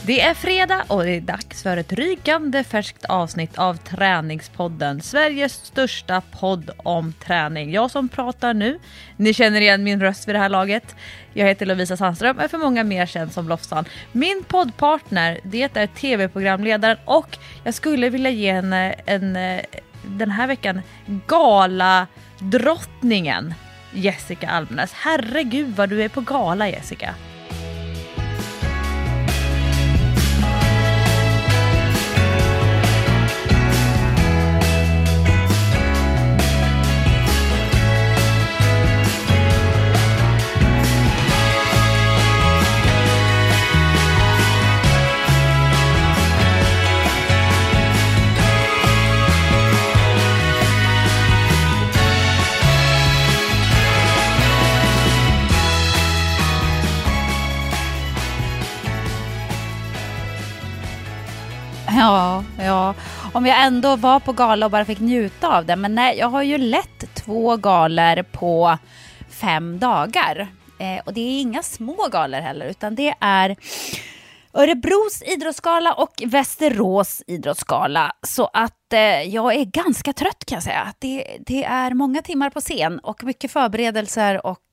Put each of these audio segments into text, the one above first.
Det är fredag och det är dags för ett rykande färskt avsnitt av Träningspodden, Sveriges största podd om träning. Jag som pratar nu, ni känner igen min röst vid det här laget. Jag heter Lovisa Sandström, är för många mer känd som Lofsan. Min poddpartner, det är tv-programledaren och jag skulle vilja ge henne den här veckan gala-drottningen Jessica Almenäs. Herregud vad du är på gala, Jessica. Ja. Om jag ändå var på gala och bara fick njuta av det. Men nej, jag har ju lett 2 galor på 5 dagar. Och det är inga små galor heller, utan det är Örebros idrottsgala och Västerås idrottsgala. Så att jag är ganska trött, kan jag säga. Det är många timmar på scen och mycket förberedelser och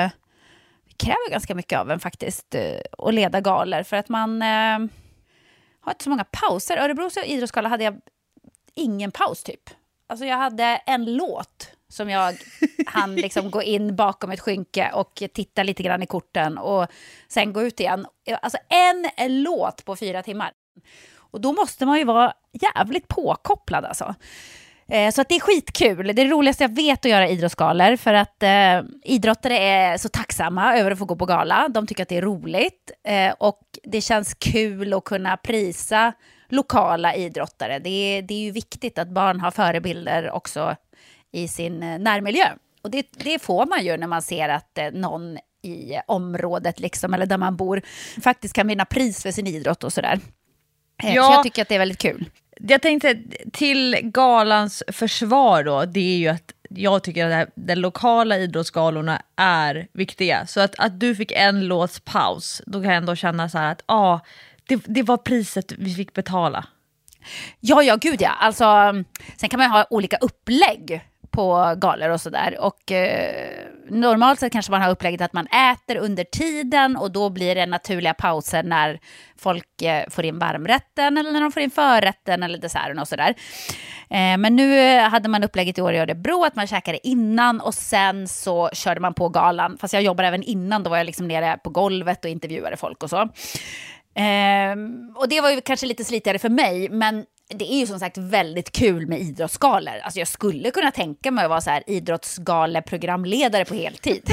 kräver ganska mycket av en faktiskt att leda galor. För att man har inte så många pauser. Örebros idrottsgala hade jag ingen paus typ. Alltså jag hade en låt som jag hann liksom gå in bakom ett skynke och titta lite grann i korten och sen gå ut igen. Alltså en låt på 4 timmar. Och då måste man ju vara jävligt påkopplad alltså. Så att det är skitkul. Det är det roligaste jag vet att göra idrottsgalor, för att idrottare är så tacksamma över att få gå på gala. De tycker att det är roligt och det känns kul att kunna prisa lokala idrottare. Det är ju viktigt att barn har förebilder också i sin närmiljö. Och det får man ju när man ser att någon i området liksom, eller där man bor faktiskt kan vinna pris för sin idrott och sådär. Så jag tycker att det är väldigt kul. Jag tänkte till galans försvar då, det är ju att jag tycker att de lokala idrottsgalorna är viktiga. Så att du fick en låts paus, då kan jag ändå känna så här att det var priset vi fick betala. Ja, gud ja. Alltså, sen kan man ha olika upplägg på galor och sådär. Och normalt sett kanske man har upplägget att man äter under tiden och då blir det naturliga pauser när folk får in varmrätten eller när de får in förrätten eller desserten och sådär. Men nu hade man upplägget i år i Örebro att man käkade innan och sen så körde man på galan. Fast jag jobbade även innan, då var jag liksom nere på golvet och intervjuade folk och så. Och det var ju kanske lite slitigare för mig, men det är ju som sagt väldigt kul med idrottsgalor. Alltså jag skulle kunna tänka mig att vara så här idrottsgaleprogramledare på heltid.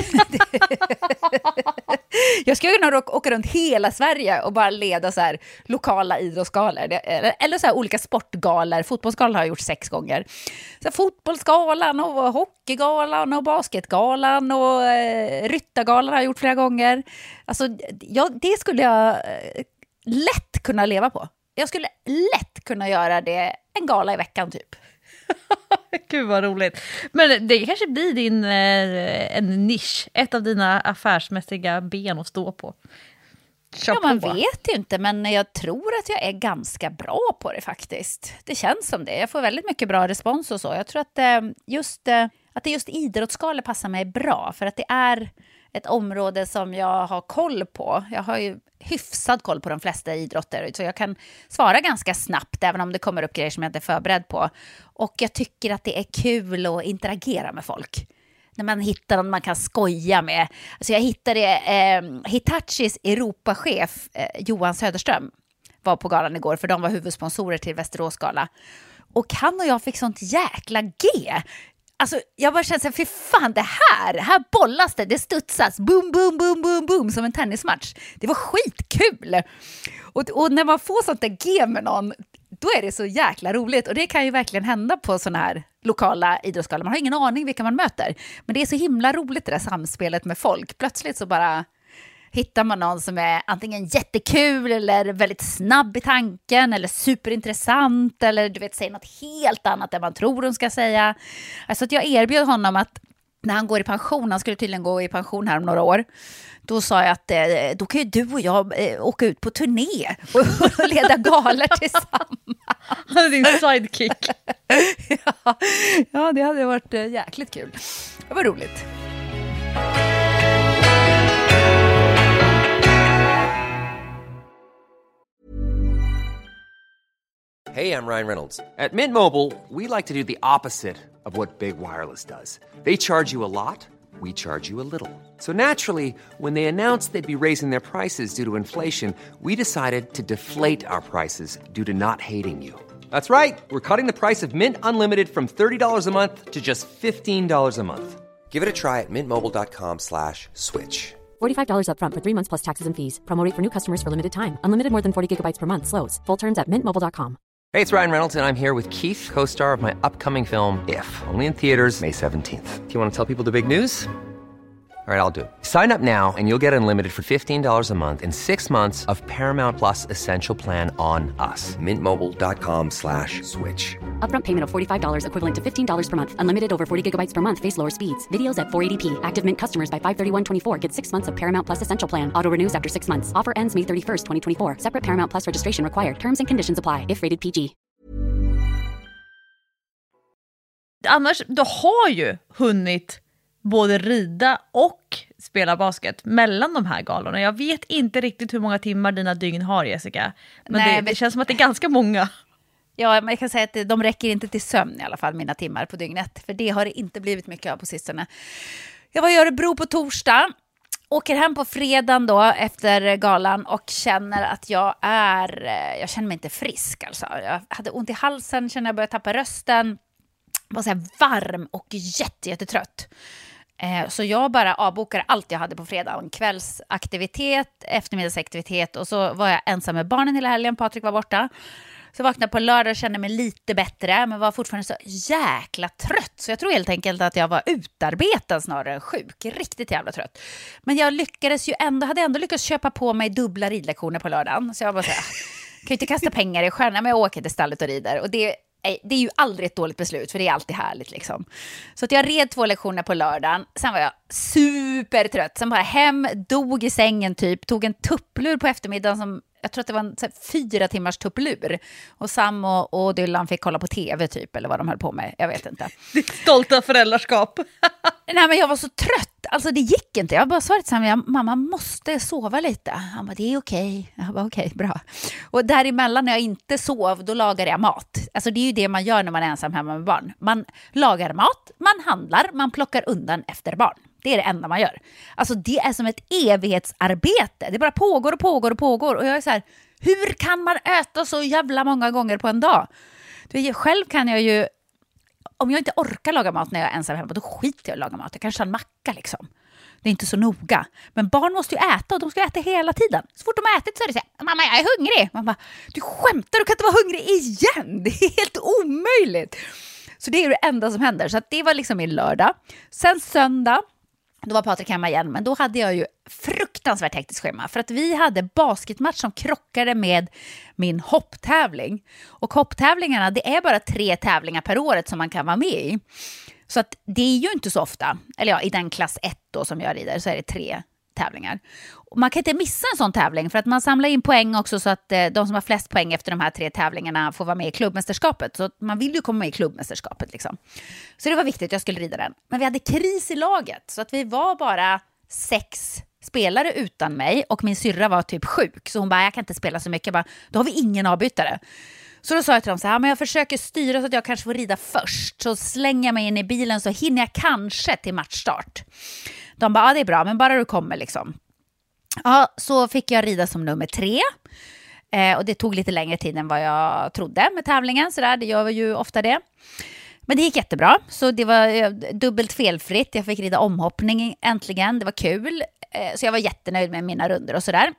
Jag skulle kunna åka runt hela Sverige och bara leda så här lokala idrottsgalor. Eller så här olika sportgalor. Fotbollsgalan har jag gjort 6 gånger. Så fotbollsgalan och hockeygalan och basketgalan och ryttargalan har jag gjort flera gånger. Alltså det skulle jag lätt kunna leva på. Jag skulle lätt kunna göra det en gala i veckan typ. Gud vad roligt. Men det kanske blir en nisch. Ett av dina affärsmässiga ben att stå på. Ja, man vet ju inte, men jag tror att jag är ganska bra på det faktiskt. Det känns som det. Jag får väldigt mycket bra respons och så. Jag tror att just idrottsgalor passar mig bra. För att det är ett område som jag har koll på. Jag har ju hyfsad koll på de flesta idrotter. Så jag kan svara ganska snabbt även om det kommer upp grejer som jag inte är förberedd på. Och jag tycker att det är kul att interagera med folk. När man hittar någon man kan skoja med. Alltså jag hittade Hitachis Europachef Johan Söderström var på galan igår, för de var huvudsponsorer till Västerås gala. Och han och jag fick sånt jäkla G. Alltså jag bara kände, fy fan, det här bollas det studsas, boom, boom, boom, boom, boom, som en tennismatch. Det var skitkul. Och när man får sånt där G med någon, då är det så jäkla roligt. Och det kan ju verkligen hända på såna här lokala idrottsgalor. Man har ingen aning vilka man möter. Men det är så himla roligt det där samspelet med folk. Plötsligt så bara hittar man någon som är antingen jättekul eller väldigt snabb i tanken eller superintressant eller du vet, säger något helt annat än man tror hon ska säga. Alltså att jag erbjöd honom att när han går i pension, han skulle tydligen gå i pension här om några år, då sa jag att då kan ju du och jag åka ut på turné och leda galor tillsammans. Han är din sidekick. Ja, det hade varit jäkligt kul. Det var roligt. Hey, I'm Ryan Reynolds. At Mint Mobile, we like to do the opposite of what Big Wireless does. They charge you a lot, we charge you a little. So naturally, when they announced they'd be raising their prices due to inflation, we decided to deflate our prices due to not hating you. That's right. We're cutting the price of Mint Unlimited from $30 a month to just $15 a month. Give it a try at mintmobile.com/switch. $45 up front for 3 months plus taxes and fees. Promo rate for new customers for limited time. Unlimited more than 40 gigabytes per month slows. Full terms at mintmobile.com. Hey, it's Ryan Reynolds, and I'm here with Keith, co-star of my upcoming film, If, only in theaters May 17th. Do you want to tell people the big news? All right, I'll do it. Sign up now and you'll get unlimited for $15 a month and 6 months of Paramount Plus Essential Plan on us. mintmobile.com/switch. Upfront payment of $45 equivalent to $15 per month. Unlimited over 40 gigabytes per month. Face lower speeds. Videos at 480p. Active Mint customers by 531.24 get 6 months of Paramount Plus Essential Plan. Auto renews after 6 months. Offer ends May 31st, 2024. Separate Paramount Plus registration required. Terms and conditions apply if rated PG. Annars, du har ju hunnit både rida och spela basket mellan de här galorna. Jag vet inte riktigt hur många timmar dina dygn har, Jessica. Men nej, det känns som att det är ganska många. Ja, men jag kan säga att de räcker inte till sömn i alla fall, mina timmar på dygnet. För det har det inte blivit mycket av på sistone. Jag var i Örebro på torsdag. Åker hem på fredagen då efter galan och känner att jag känner mig inte frisk. Alltså. Jag hade ont i halsen, känner jag började tappa rösten. Var så här varm och jättetrött. Så jag bara avbokade allt jag hade på fredag. En kvällsaktivitet, eftermiddagsaktivitet. Och så var jag ensam med barnen hela helgen. Patrik var borta. Så jag vaknade på lördag och kände mig lite bättre. Men var fortfarande så jäkla trött. Så jag tror helt enkelt att jag var utarbetad snarare än sjuk. Riktigt jävla trött. Men jag hade ändå lyckats köpa på mig dubbla ridlektioner på lördagen. Så jag bara så här, kan ju inte kasta pengar i stjärnan, men jag åker till stallet och rider. Och det är ju aldrig ett dåligt beslut, för det är alltid härligt liksom. Så att jag red 2 lektioner på lördagen. Sen var jag supertrött. Sen bara hem, dog i sängen typ. Tog en tupplur på eftermiddagen som jag tror att det var en 4 timmars tupplur. Och Sam och Dylan fick kolla på tv typ, eller vad de höll på med. Jag vet inte. Ditt stolta föräldraskap. Nej, men jag var så trött. Alltså det gick inte. Jag bara sa till Sam, mamma måste sova lite. Han bara, det är okej. Jag bara, okej, bra. Och däremellan när jag inte sov, då lagade jag mat. Alltså det är ju det man gör när man är ensam hemma med barn. Man lagar mat, man handlar, man plockar undan efter barn. Det är det enda man gör. Alltså det är som ett evighetsarbete. Det bara pågår och pågår och pågår. Och jag är så här, hur kan man äta så jävla många gånger på en dag? Själv kan jag ju, om jag inte orkar laga mat när jag är ensam hemma, då skiter jag i att laga mat. Jag kanske har en macka liksom. Det är inte så noga. Men barn måste ju äta, och de ska äta hela tiden. Så fort de har ätit så är det så här, mamma jag är hungrig. Mamma, du skämtar, du kan inte vara hungrig igen. Det är helt omöjligt. Så det är det enda som händer. Så att det var liksom min lördag. Sen söndag, då var Patrik hemma igen, men då hade jag ju fruktansvärt hektiskt schema. För att vi hade basketmatch som krockade med min hopptävling. Och hopptävlingarna, det är bara 3 tävlingar per året som man kan vara med i. Så att det är ju inte så ofta, eller ja, i den klass 1 då som jag rider så är det 3 tävlingar. Och man kan inte missa en sån tävling för att man samlar in poäng också så att de som har flest poäng efter de här 3 tävlingarna får vara med i klubbmästerskapet. Så man vill ju komma med i klubbmästerskapet liksom. Så det var viktigt, jag skulle rida den. Men vi hade kris i laget så att vi var bara 6 spelare utan mig och min syrra var typ sjuk. Så hon bara, jag kan inte spela så mycket. Jag bara, då har vi ingen avbytare. Så då sa jag till dem så här, men jag försöker styra så att jag kanske får rida först. Så slänger jag mig in i bilen så hinner jag kanske till matchstart. De bara, ja det är bra, men bara du kommer liksom. Ja, så fick jag rida som nummer 3. Och det tog lite längre tid än vad jag trodde med tävlingen. Så där, det gör ju ofta det. Men det gick jättebra. Så det var dubbelt felfritt. Jag fick rida omhoppning äntligen. Det var kul. Så jag var jättenöjd med mina runder och sådär.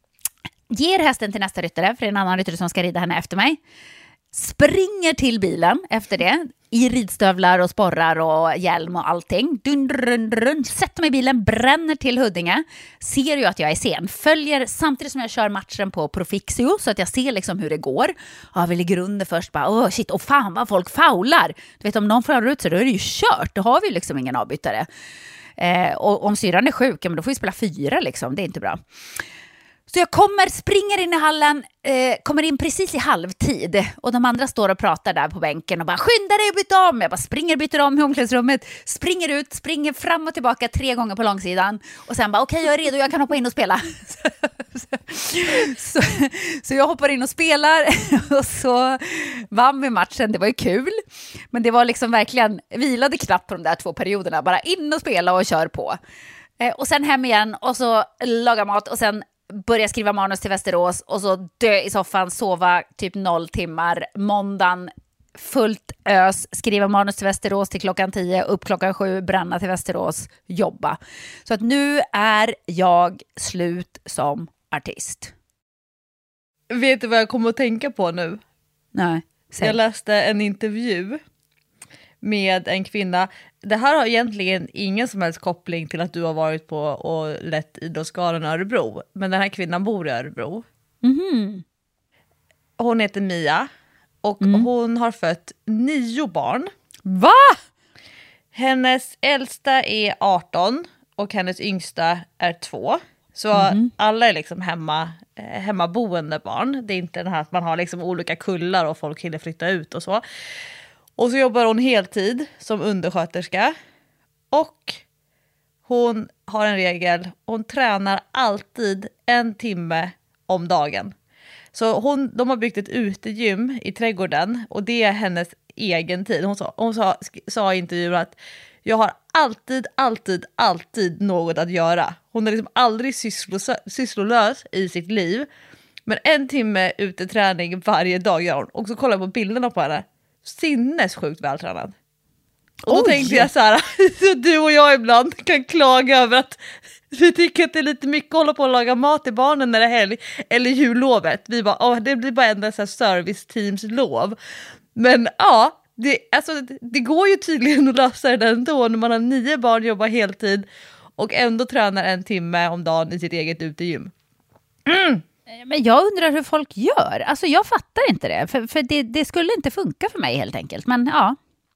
Ger hästen till nästa ryttare, för det är en annan ryttare som ska rida henne efter mig. Springer till bilen efter det. i ridstövlar och sporrar och hjälm och allting. Sätter mig i bilen, bränner till Huddinge. Ser ju att jag är sen. Följer samtidigt som jag kör matchen på Profixio så att jag ser liksom hur det går. Ja, vi ligger under först. Bara, shit, och fan vad folk faular. Du vet, om någon får ut så då är det ju kört. Då har vi liksom ingen avbytare. Och om syran är sjuk, men då får vi spela 4 liksom. Det är inte bra. Så jag springer in i hallen, kommer in precis i halvtid. Och de andra står och pratar där på bänken och bara skynda dig och byta om. Jag bara springer och byter om i omklädningsrummet, springer ut, springer fram och tillbaka 3 gånger på långsidan. Och sen bara okej, jag är redo, jag kan hoppa in och spela. Så jag hoppar in och spelar och så vann vi matchen. Det var ju kul, men det var liksom verkligen, vilade knappt på de där 2 perioderna. Bara in och spela och kör på. Och sen hem igen och så laga mat och sen börja skriva manus till Västerås och så dö i soffan, sova typ 0 timmar. Måndagen fullt ös, skriva manus till Västerås till klockan 10, upp klockan 7, bränna till Västerås, jobba. Så att nu är jag slut som artist. Vet du vad jag kommer att tänka på nu? Nej, säg. Jag läste en intervju med en kvinna. Det här har egentligen ingen som helst koppling till att du har varit på och lett Idrottsgalan i Örebro. Men den här kvinnan bor i Örebro. Mm. Hon heter Mia och hon har fött 9 barn. Va? Hennes äldsta är 18 och hennes yngsta är 2. Så alla är liksom hemmaboende barn. Det är inte den här att man har liksom olika kullar och folk hinner flytta ut och så. Och så jobbar hon heltid som undersköterska. Och hon har en regel. Hon tränar alltid 1 timme om dagen. Så de har byggt ett utegym i trädgården. Och det är hennes egen tid. Hon sa i intervjun att jag har alltid något att göra. Hon är liksom aldrig sysslolös i sitt liv. Men 1 timme uteträning varje dag gör hon. Och så kollar jag på bilderna på henne. Sinnessjukt vältränad. Och då tänkte jag så här, du och jag ibland kan klaga över att vi tycker att det är lite mycket att hålla på och laga mat till barnen när det är helg eller jullovet. Vi bara, det blir bara en så här serviceteamslov. Men ja, det går ju tydligen att lösa det ändå när man har 9 barn, jobbar heltid och ändå tränar 1 timme om dagen i sitt eget utegym. Men jag undrar hur folk gör. Alltså jag fattar inte det. För det skulle inte funka för mig helt enkelt. Men ja.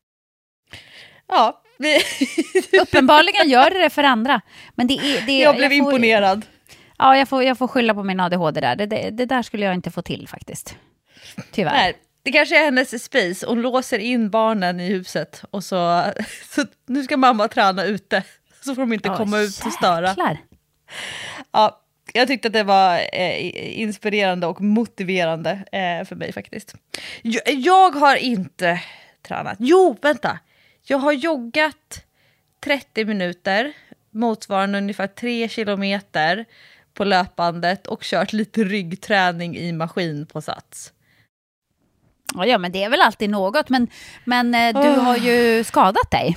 Ja. Uppenbarligen gör det för andra. Men jag blev imponerad. Ja, jag får skylla på min ADHD där. Det där skulle jag inte få till faktiskt. Tyvärr. Nej, det kanske är hennes space. Hon låser in barnen i huset. Och så nu ska mamma träna ute. Så får de inte komma ut och störa. Ja. Jag tyckte att det var inspirerande och motiverande för mig faktiskt. Jag har inte tränat. Jo, vänta. Jag har joggat 30 minuter, motsvarande ungefär 3 kilometer på löpbandet och kört lite ryggträning i maskin på Sats. Ja, men det är väl alltid något. Men du har ju skadat dig.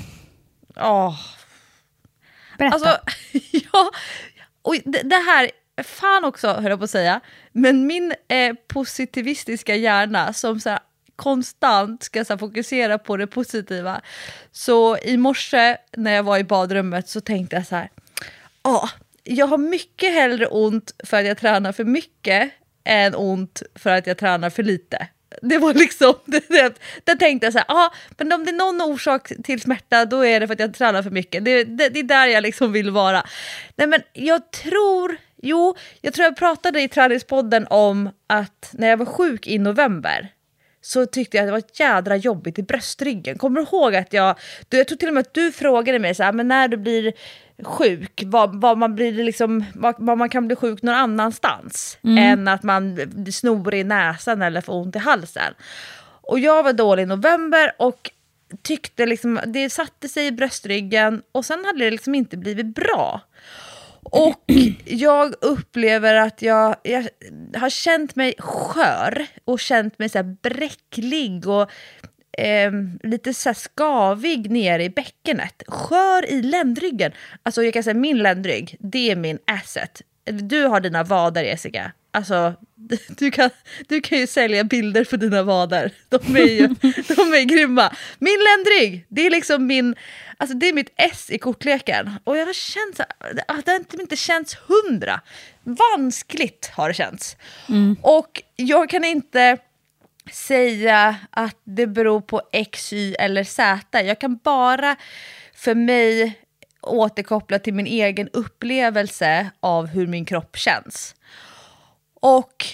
Berätta. Alltså, ja... Och det här, fan också höll jag på att säga, men min positivistiska hjärna som så här, konstant ska så här, fokusera på det positiva. Så i morse när jag var i badrummet så tänkte jag så här, jag har mycket hellre ont för att jag tränar för mycket än ont för att jag tränar för lite. Det var liksom, det tänkte jag så här, men om det är någon orsak till smärta då är det för att jag tränar för mycket. Det är där jag liksom vill vara. Nej men jag tror jag pratade i träningspodden om att när jag var sjuk i november så tyckte jag att det var ett jädra jobbigt i bröstryggen. Kommer du ihåg att jag tror till och med att du frågade mig så här, men när du blir sjuk, vad man blir liksom, vad man kan bli sjuk någon annanstans än att man snor i näsan eller får ont i halsen. Och jag var dålig i november och tyckte liksom det satte sig i bröstryggen och sen hade det liksom inte blivit bra. Och jag upplever att jag har känt mig skör och känt mig så här bräcklig och lite så här skavig ner i bäckenet. Skör i ländryggen. Alltså jag kan säga min ländrygg, det är min asset. Du har dina vader, Jessica. Alltså, du kan ju sälja bilder för dina vader. De är grymma. Min ländrygg, det är liksom det är mitt S i kortleken. Och jag har känt att det inte känns 100. Vanskligt har det känts. Och jag kan inte säga att det beror på X, Y eller Z. Jag kan bara för mig återkoppla till min egen upplevelse av hur min kropp känns. Och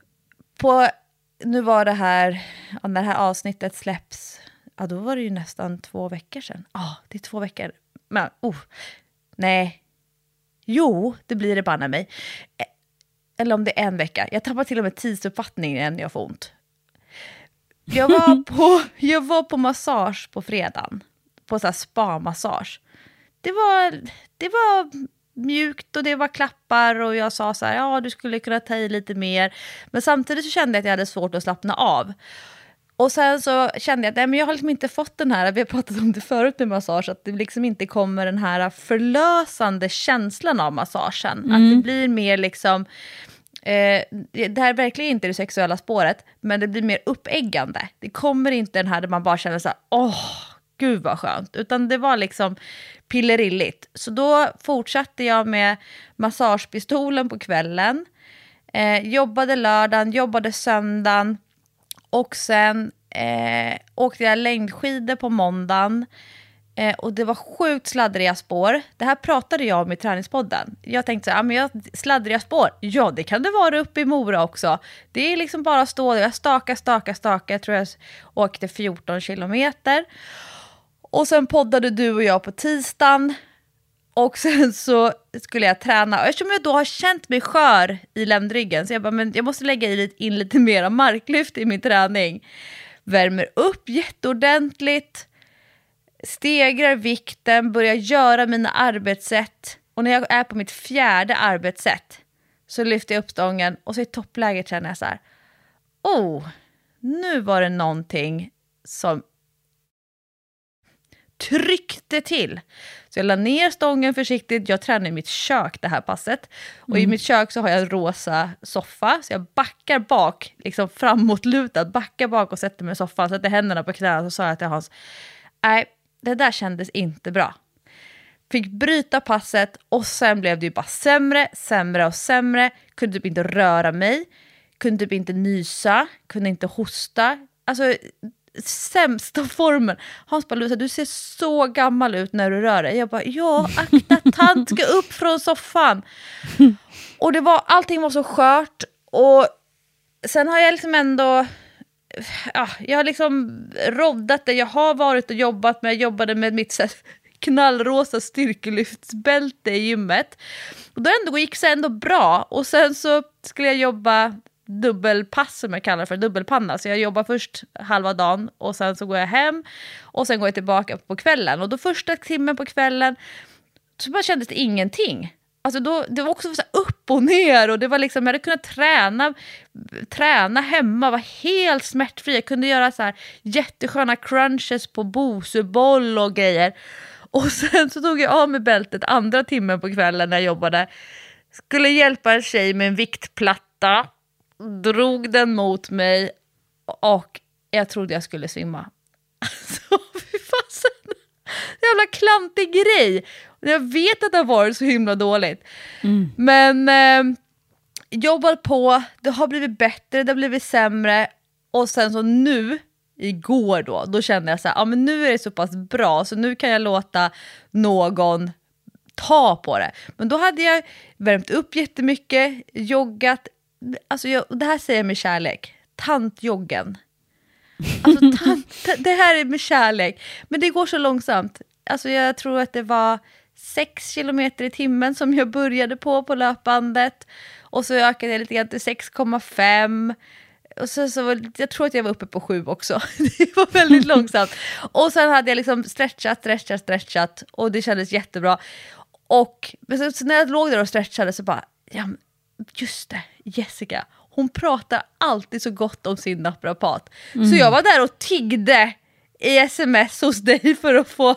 nu var det här, när det här avsnittet släpps, då var det ju nästan 2 veckor sedan. Det är 2 veckor. Men, nej. Jo, det blir det banna mig. Eller om det är 1 vecka. Jag tappar till och med tidsuppfattningen när jag får ont. Jag var på massage på fredagen. På så här spa-massage. Det var mjukt och det var klappar och jag sa så här, du skulle kunna ta i lite mer. Men samtidigt så kände jag att jag hade svårt att slappna av. Och sen så kände jag att men jag har liksom inte fått den här, vi har pratat om det förut med massage, att det liksom inte kommer den här förlösande känslan av massagen. Att det blir mer liksom, det här är verkligen inte det sexuella spåret, men det blir mer uppeggande. Det kommer inte den här där man bara känner så här, gud vad skönt. Utan det var liksom pillerilligt. Så då fortsatte jag med massagepistolen på kvällen. Jobbade lördagen, jobbade söndagen. Och sen åkte jag längdskidor på måndagen. Och det var sjukt sladdriga spår. Det här pratade jag om i träningspodden. Jag tänkte så här, sladdriga spår. Ja, det kan det vara uppe i Mora också. Det är liksom bara att stå där. Jag staka. Jag tror jag åkte 14 kilometer. Och sen poddade du och jag på tisdagen. Och sen så skulle jag träna. Och eftersom jag då har känt mig skör i ländryggen, så jag bara, men jag måste lägga in lite mera marklyft i min träning. Värmer upp jätteordentligt. Stegrar vikten. Börjar göra mina arbetssätt. Och när jag är på mitt 4:e arbetssätt så lyfter jag upp stången. Och så i toppläget känner jag så här. Nu var det någonting som tryckte till. Så jag la ner stången försiktigt. Jag tränar i mitt kök det här passet. Och i mitt kök så har jag en rosa soffa. Så jag backar bak, liksom framåtlutad. Backar bak och sätter mig i soffan. Sätter händerna på knäna och sa jag till Hans, nej, det där kändes inte bra. Fick bryta passet och sen blev det ju bara sämre. Kunde typ inte röra mig. Kunde typ inte nysa. Kunde inte hosta. Alltså sämsta formen. Hans bara, Lucia, du ser så gammal ut när du rör dig. Jag bara, akta, tant ska upp från soffan. Och allting var så skört. Och sen har jag liksom ändå, jag har liksom roddat det. Jag har varit och jobbat med, jag jobbade med mitt knallrosa styrkelyftsbälte i gymmet. Och då gick det ändå bra. Och sen så skulle jag jobba dubbelpass, som jag kallar för dubbelpanna. Så jag jobbar först halva dagen och sen så går jag hem och sen går jag tillbaka på kvällen. Och då första timmen på kvällen så bara kändes det ingenting. Alltså det var också så upp och ner och det var liksom, jag hade kunnat träna hemma, var helt smärtfri. Jag kunde göra så här jättesköna crunches på boseboll och grejer. Och sen så tog jag av med bältet andra timmen på kvällen när jag jobbade. Skulle hjälpa en tjej med en viktplatta. Drog den mot mig och jag trodde jag skulle svimma. Alltså, fy fasen. Jävla klantig grej. Jag vet att det har varit så himla dåligt. Men jobbat på, det har blivit bättre, det har blivit sämre. Och sen så nu, igår då kände jag så här, men nu är det så pass bra så nu kan jag låta någon ta på det. Men då hade jag värmt upp jättemycket, joggat. Alltså det här säger jag med kärlek. Tantjoggen. Alltså det här är med kärlek. Men det går så långsamt. Alltså jag tror att det var 6 kilometer i timmen som jag började på löpbandet. Och så ökade jag lite grann till 6,5. Och så jag tror att jag var uppe på 7 också. Det var väldigt långsamt. Och sen hade jag liksom stretchat. Och det kändes jättebra. Och så när jag låg där och stretchade så bara, just det, Jessica, hon pratar alltid så gott om sin naprapat. Så jag var där och tiggde i sms hos dig för att få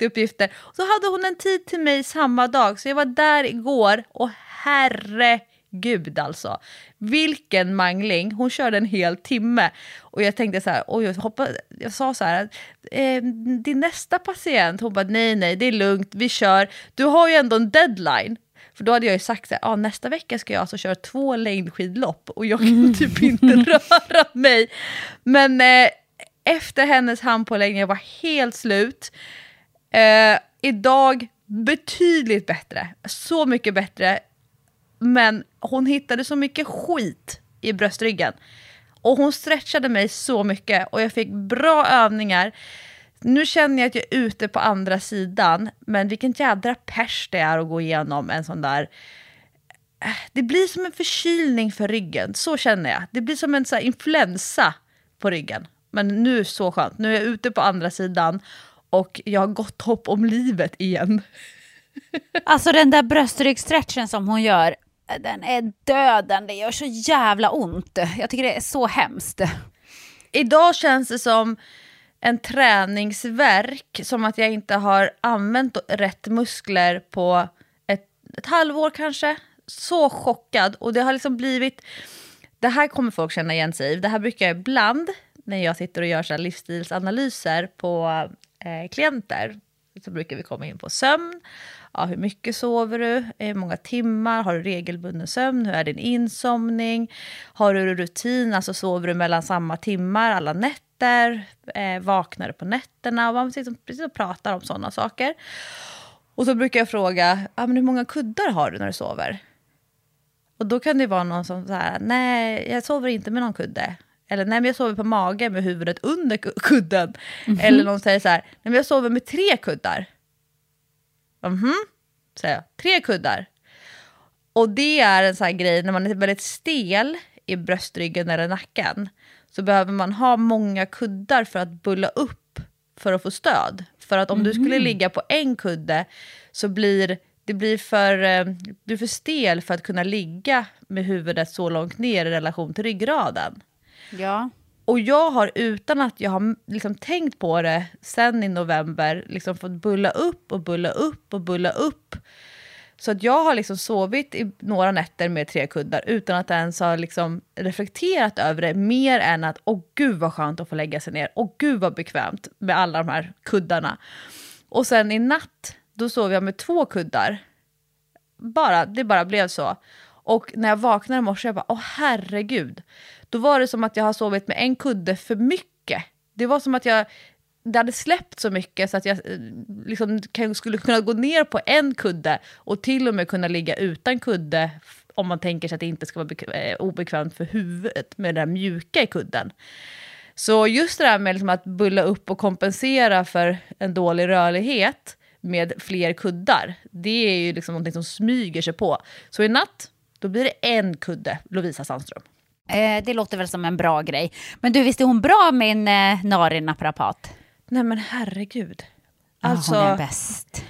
kontaktuppgifter. Så hade hon en tid till mig samma dag. Så jag var där igår och herregud gud alltså. Vilken mangling. Hon körde en hel timme. Och jag tänkte så här, jag sa så här, din nästa patient, hon bara nej, det är lugnt, vi kör. Du har ju ändå en deadline. För då hade jag ju sagt så här, nästa vecka ska jag alltså köra 2 längdskidlopp och jag kan typ inte röra mig. Men efter hennes handpåläggning, jag var helt slut. Idag betydligt bättre. Så mycket bättre. Men hon hittade så mycket skit i bröstryggen. Och hon stretchade mig så mycket. Och jag fick bra övningar. Nu känner jag att jag är ute på andra sidan. Men vilken jädra pers det är att gå igenom en sån där. Det blir som en förkylning för ryggen. Så känner jag. Det blir som en så här influensa på ryggen. Men nu är så skönt. Nu är jag ute på andra sidan. Och jag har gott hopp om livet igen. Alltså den där bröstryggstretchen som hon gör, den är döden. Det gör så jävla ont. Jag tycker det är så hemskt. Idag känns det som en träningsverk. Som att jag inte har använt rätt muskler på ett halvår kanske. Så chockad. Och det har liksom blivit... Det här kommer folk känna igen sig i. Det här brukar jag ibland när jag sitter och gör så här livsstilsanalyser på klienter. Så brukar vi komma in på sömn. Ja, hur mycket sover du? Hur många timmar? Har du regelbunden sömn? Hur är din insomning? Har du rutin? Alltså sover du mellan samma timmar alla nätter? Vaknar du på nätterna? Och man sitter precis och pratar om sådana saker. Och så brukar jag fråga, men hur många kuddar har du när du sover? Och då kan det vara någon som säger, nej, jag sover inte med någon kudde. Eller nej, men jag sover på mage med huvudet under kudden. Eller någon säger så här, nej, men jag sover med 3 kuddar. Säger jag, 3 kuddar. Och det är en sån här grej, när man är väldigt stel i bröstryggen eller nacken. Så behöver man ha många kuddar för att bulla upp för att få stöd. För att om du skulle ligga på en kudde så blir du blir för stel för att kunna ligga med huvudet så långt ner i relation till ryggraden. Ja. Och jag har, utan att jag har liksom tänkt på det sen i november, liksom fått bulla upp och bulla upp och bulla upp. Så att jag har liksom sovit i några nätter med 3 kuddar utan att ens ha liksom reflekterat över det, mer än att gud vad skönt att få lägga sig ner. Gud vad bekvämt med alla de här kuddarna. Och sen i natt, då sov jag med 2 kuddar. Det bara blev så. Och när jag vaknade i morse, jag bara, herregud. Då var det som att jag har sovit med en kudde för mycket. Det var som att det hade släppt så mycket så att jag liksom skulle kunna gå ner på en kudde och till och med kunna ligga utan kudde om man tänker sig att det inte ska vara obekvämt för huvudet med det där mjuka i kudden. Så just det där med liksom att bulla upp och kompensera för en dålig rörlighet med fler kuddar, det är ju liksom någonting som smyger sig på. Så i natt, då blir det 1 kudde, Lovisa Sandström. Det låter väl som en bra grej. Men du, visste hon bra, min Narin-naprapat? Nej men herregud. Alltså, hon är bäst.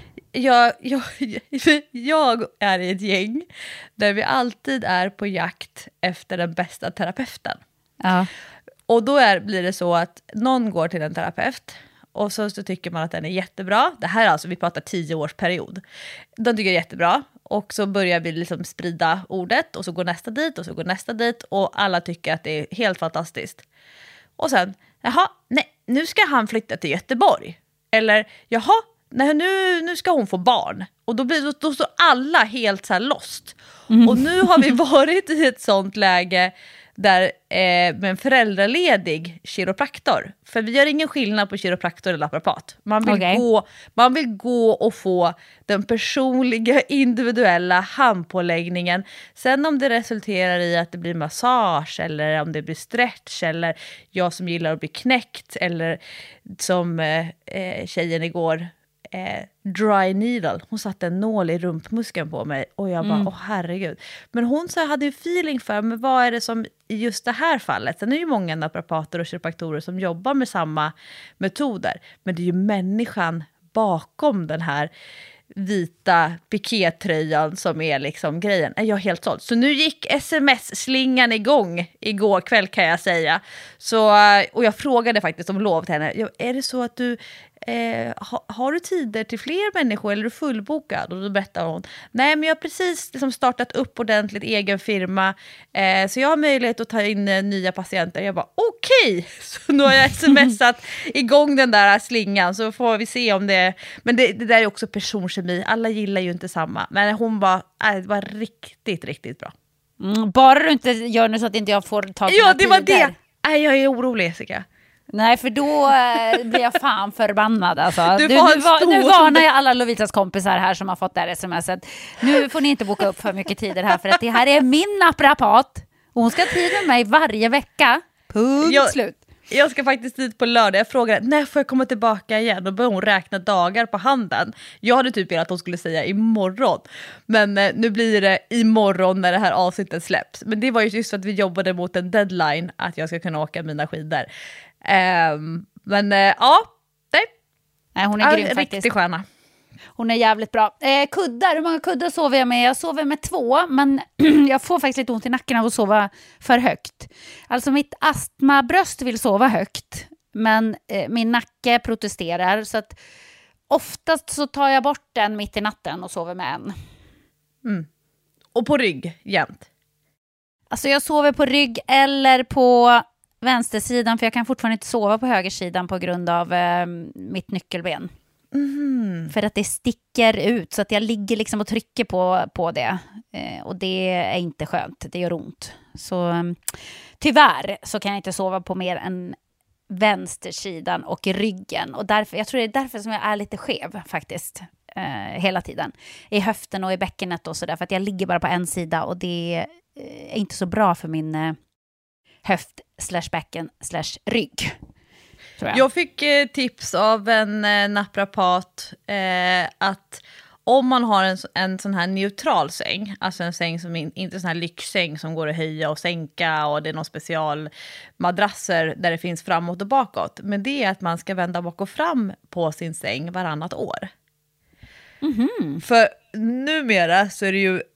Jag är i ett gäng där vi alltid är på jakt efter den bästa terapeuten. Ja. Och då blir det så att någon går till en terapeut och så tycker man att den är jättebra. Det här är alltså, vi pratar 10-årsperiod. De tycker det är jättebra. Och så börjar vi liksom sprida ordet och så går nästa dit och så går nästa dit och alla tycker att det är helt fantastiskt. Och sen, nu ska han flytta till Göteborg. Eller, nu ska hon få barn. Och då står alla helt så här lost. Och nu har vi varit i ett sånt läge där med en föräldraledig kiropraktor. För vi gör ingen skillnad på kiropraktor eller naprapat. Man vill gå och få den personliga individuella handpåläggningen. Sen om det resulterar i att det blir massage eller om det blir stretch eller jag som gillar att bli knäckt eller som tjejen igår, dry needle. Hon satte en nål i rumpmuskeln på mig och jag bara, herregud. Men hon hade ju feeling för, men vad är det som i just det här fallet? Sen är det ju många naprapater och kiropraktorer som jobbar med samma metoder. Men det är ju människan bakom den här vita pikétröjan som är liksom grejen. Jag är helt såld. Så nu gick sms-slingan igång igår kväll kan jag säga. Så, och jag frågade faktiskt om lov till henne. Är det så att du har du tider till fler människor eller är du fullbokad? Och då berättar hon, nej men jag har precis liksom startat upp ordentligt egen firma så jag har möjlighet att ta in nya patienter. Jag bara okej. Så nu har jag smsat igång den där slingan så får vi se om det, men det där är också personkemi, alla gillar ju inte samma, men hon bara, det var riktigt, riktigt bra. Bara du inte gör nu så att inte jag får ta ja, det tider. Var det. Nej, jag är orolig Jessica. Nej, för då blir jag fan förbannad alltså. Nu varnar jag alla Lovitas kompisar här som har fått det här smset. Nu får ni inte boka upp för mycket tider här för att det här är min naprapat. Hon ska ha tid med mig varje vecka. Punkt slut. Jag ska faktiskt dit på lördag. Jag frågade, när får jag komma tillbaka igen? Då började hon räkna dagar på handen. Jag hade typ velat att hon skulle säga imorgon. Men nu blir det imorgon när det här avsnittet släpps. Men det var ju just för att vi jobbade mot en deadline att jag ska kunna åka mina skidor. Men ja, nej, hon är grym faktiskt. Riktig stjärna. Hon är jävligt bra. Kuddar, hur många kuddar sover jag med? Jag sover med 2, men jag får faktiskt lite ont i nacken av att sova för högt. Alltså mitt astmabröst vill sova högt, men min nacke protesterar. Så att oftast så tar jag bort den mitt i natten och sover med en. Och på rygg, jämt? Alltså jag sover på rygg eller på vänstersidan, för jag kan fortfarande inte sova på högersidan på grund av mitt nyckelben. För att det sticker ut så att jag ligger liksom och trycker på det och det är inte skönt, det gör ont. Så tyvärr så kan jag inte sova på mer än vänstersidan och ryggen, och därför, jag tror det är därför som jag är lite skev faktiskt hela tiden i höften och i bäckenet och sådär, för att jag ligger bara på en sida och det är inte så bra för min höft/bäcken/rygg. Jag fick tips av en naprapat att om man har en sån här neutral säng, alltså en säng som inte sån här lyxsäng som går att höja och sänka och det är någon special madrasser där det finns framåt och bakåt, men det är att man ska vända bak och fram på sin säng varannat år. För numera så är det ju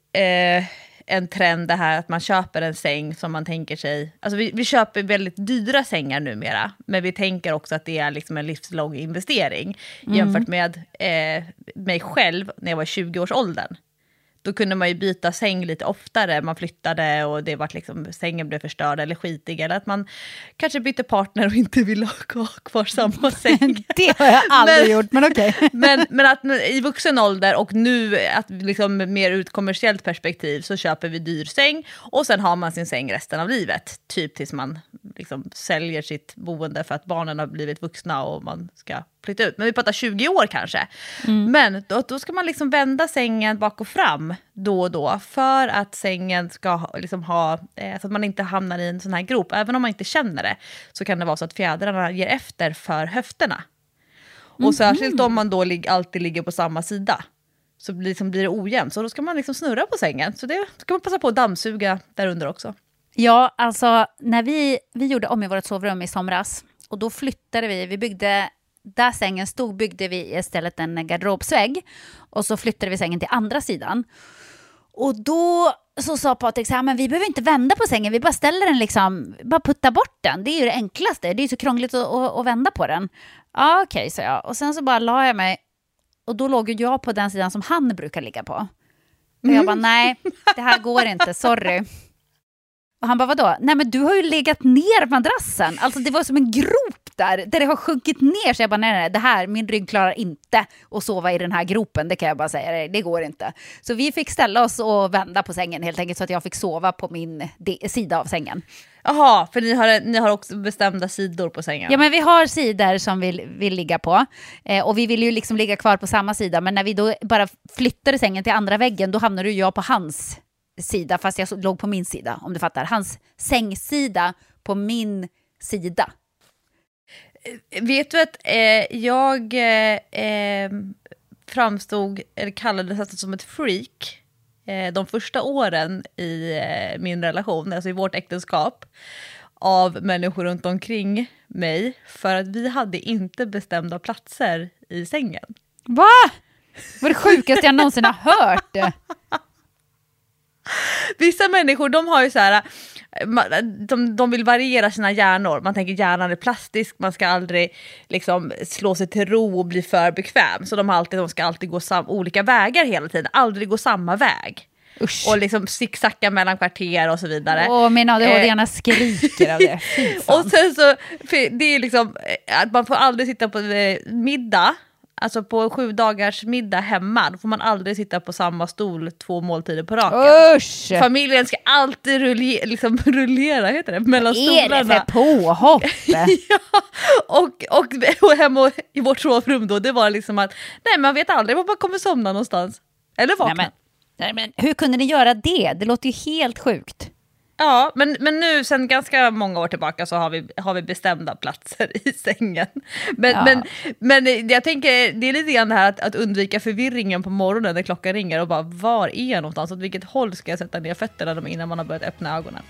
en trend det här att man köper en säng som man tänker sig, alltså vi köper väldigt dyra sängar numera, men vi tänker också att det är liksom en livslång investering jämfört med mig själv när jag var i 20-årsåldern. Då kunde man ju byta säng lite oftare, man flyttade och det var liksom, sängen blev förstörd eller skitig, eller att man kanske bytte partner och inte ville ha kvar samma säng. Det har jag aldrig gjort, men okej. Men att i vuxen ålder och nu att liksom mer ur ett kommersiellt perspektiv så köper vi dyr säng och sen har man sin säng resten av livet, typ tills man liksom säljer sitt boende för att barnen har blivit vuxna och man ska flytta ut. Men vi pratar 20 år kanske. Men då ska man liksom vända sängen bak och fram då och då för att sängen ska liksom ha, så att man inte hamnar i en sån här grop. Även om man inte känner det så kan det vara så att fjädrarna ger efter för höfterna. Och särskilt om man då alltid ligger på samma sida så blir det ojämnt. Så då ska man liksom snurra på sängen. Så det ska man passa på att dammsuga där under också. Ja, alltså när vi gjorde om i vårt sovrum i somras och då flyttade vi byggde där sängen stod byggde vi istället en garderobsvägg och så flyttade vi sängen till andra sidan. Och då så sa Patrik så här, men vi behöver inte vända på sängen, vi bara ställer den liksom, bara putta bort den. Det är ju det enklaste, det är ju så krångligt att vända på den. Ja, okej, så jag. Och sen så bara la jag mig och då låg ju jag på den sidan som han brukar ligga på. Och jag bara, nej, det här går inte, sorry. Och han bara, vadå? Nej, men du har ju legat ner madrassen. Alltså det var som en grop där det har sjunkit ner. Så jag bara, nej, det här, min rygg klarar inte att sova i den här gropen. Det kan jag bara säga, det går inte. Så vi fick ställa oss och vända på sängen helt enkelt så att jag fick sova på min sida av sängen. Jaha, för ni har också bestämda sidor på sängen. Ja, men vi har sidor som vi vill ligga på. Och vi vill ju liksom ligga kvar på samma sida. Men när vi då bara flyttade sängen till andra väggen, då hamnade jag på hans sida, fast jag låg på min sida, om du fattar. Hans sängsida på min sida. Vet du att jag framstod, eller kallades alltså som ett freak de första åren i min relation, alltså i vårt äktenskap, av människor runt omkring mig, för att vi hade inte bestämda platser i sängen. Va? Det var det sjukaste jag någonsin har hört. Vissa människor, de har ju så här, de vill variera sina hjärnor. Man tänker hjärnan är plastisk, man ska aldrig liksom slå sig till ro och bli för bekväm. Så de ska alltid gå olika vägar hela tiden, aldrig gå samma väg. Usch. Och liksom zigzacka mellan kvarter och så vidare. Min ADHD-hjärna skriker av det. Och sen så, det är liksom att man får aldrig sitta på middag. Alltså på 7 dagars middag hemma, då får man aldrig sitta på samma stol 2 måltider på raken. Usch! Familjen ska alltid rullera heter det, mellan stolarna. Vad är det för påhopp? Ja, och hemma i vårt sovrum då, det var liksom att nej, man vet aldrig var man kommer somna någonstans. Eller vakna. Nej, men hur kunde ni göra det? Det låter ju helt sjukt. Ja, men nu sen ganska många år tillbaka så har vi bestämda platser i sängen. Men jag tänker, det är lite grann det här att undvika förvirringen på morgonen när klockan ringer och bara, var är jag någonstans? Åt vilket håll ska jag sätta ner fötterna innan man har börjat öppna ögonen?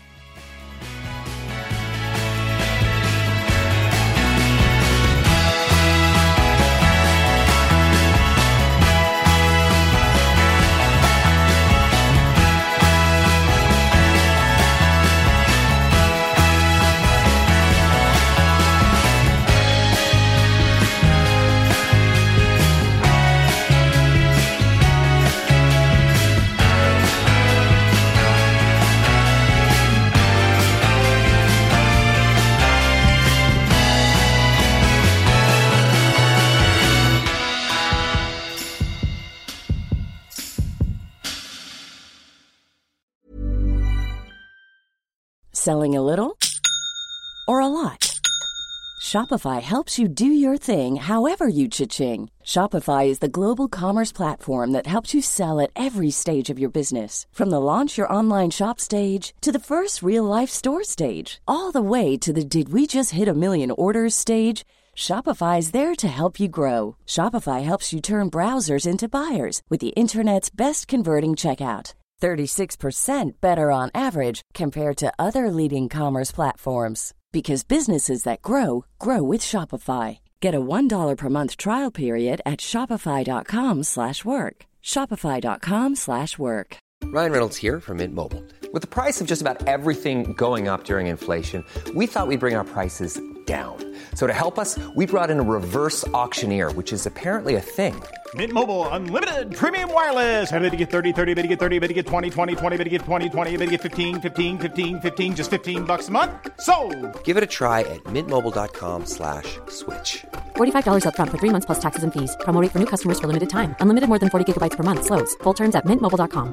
Selling a little or a lot? Shopify helps you do your thing however you cha-ching. Shopify is the global commerce platform that helps you sell at every stage of your business. From the launch your online shop stage to the first real-life store stage, all the way to the did we just hit a million orders stage. Shopify is there to help you grow. Shopify helps you turn browsers into buyers with the internet's best converting checkout. 36% better on average compared to other leading commerce platforms. Because businesses that grow, grow with Shopify. Get a $1 per month trial period at shopify.com/work. Shopify.com/work. Ryan Reynolds here from Mint Mobile. With the price of just about everything going up during inflation, we thought we'd bring our prices down. So to help us, we brought in a reverse auctioneer, which is apparently a thing. Mint Mobile Unlimited Premium Wireless. How to get 30, 30, bit to get 30, bit to get 20, 20, 20, bit to get 20, 20, bit to get 15, 15, 15, 15, just $15 a month? Sold! Give it a try at mintmobile.com/switch. $45 up front for 3 months plus taxes and fees. Promo rate for new customers for limited time. Unlimited more than 40 gigabytes per month. Slows full terms at mintmobile.com.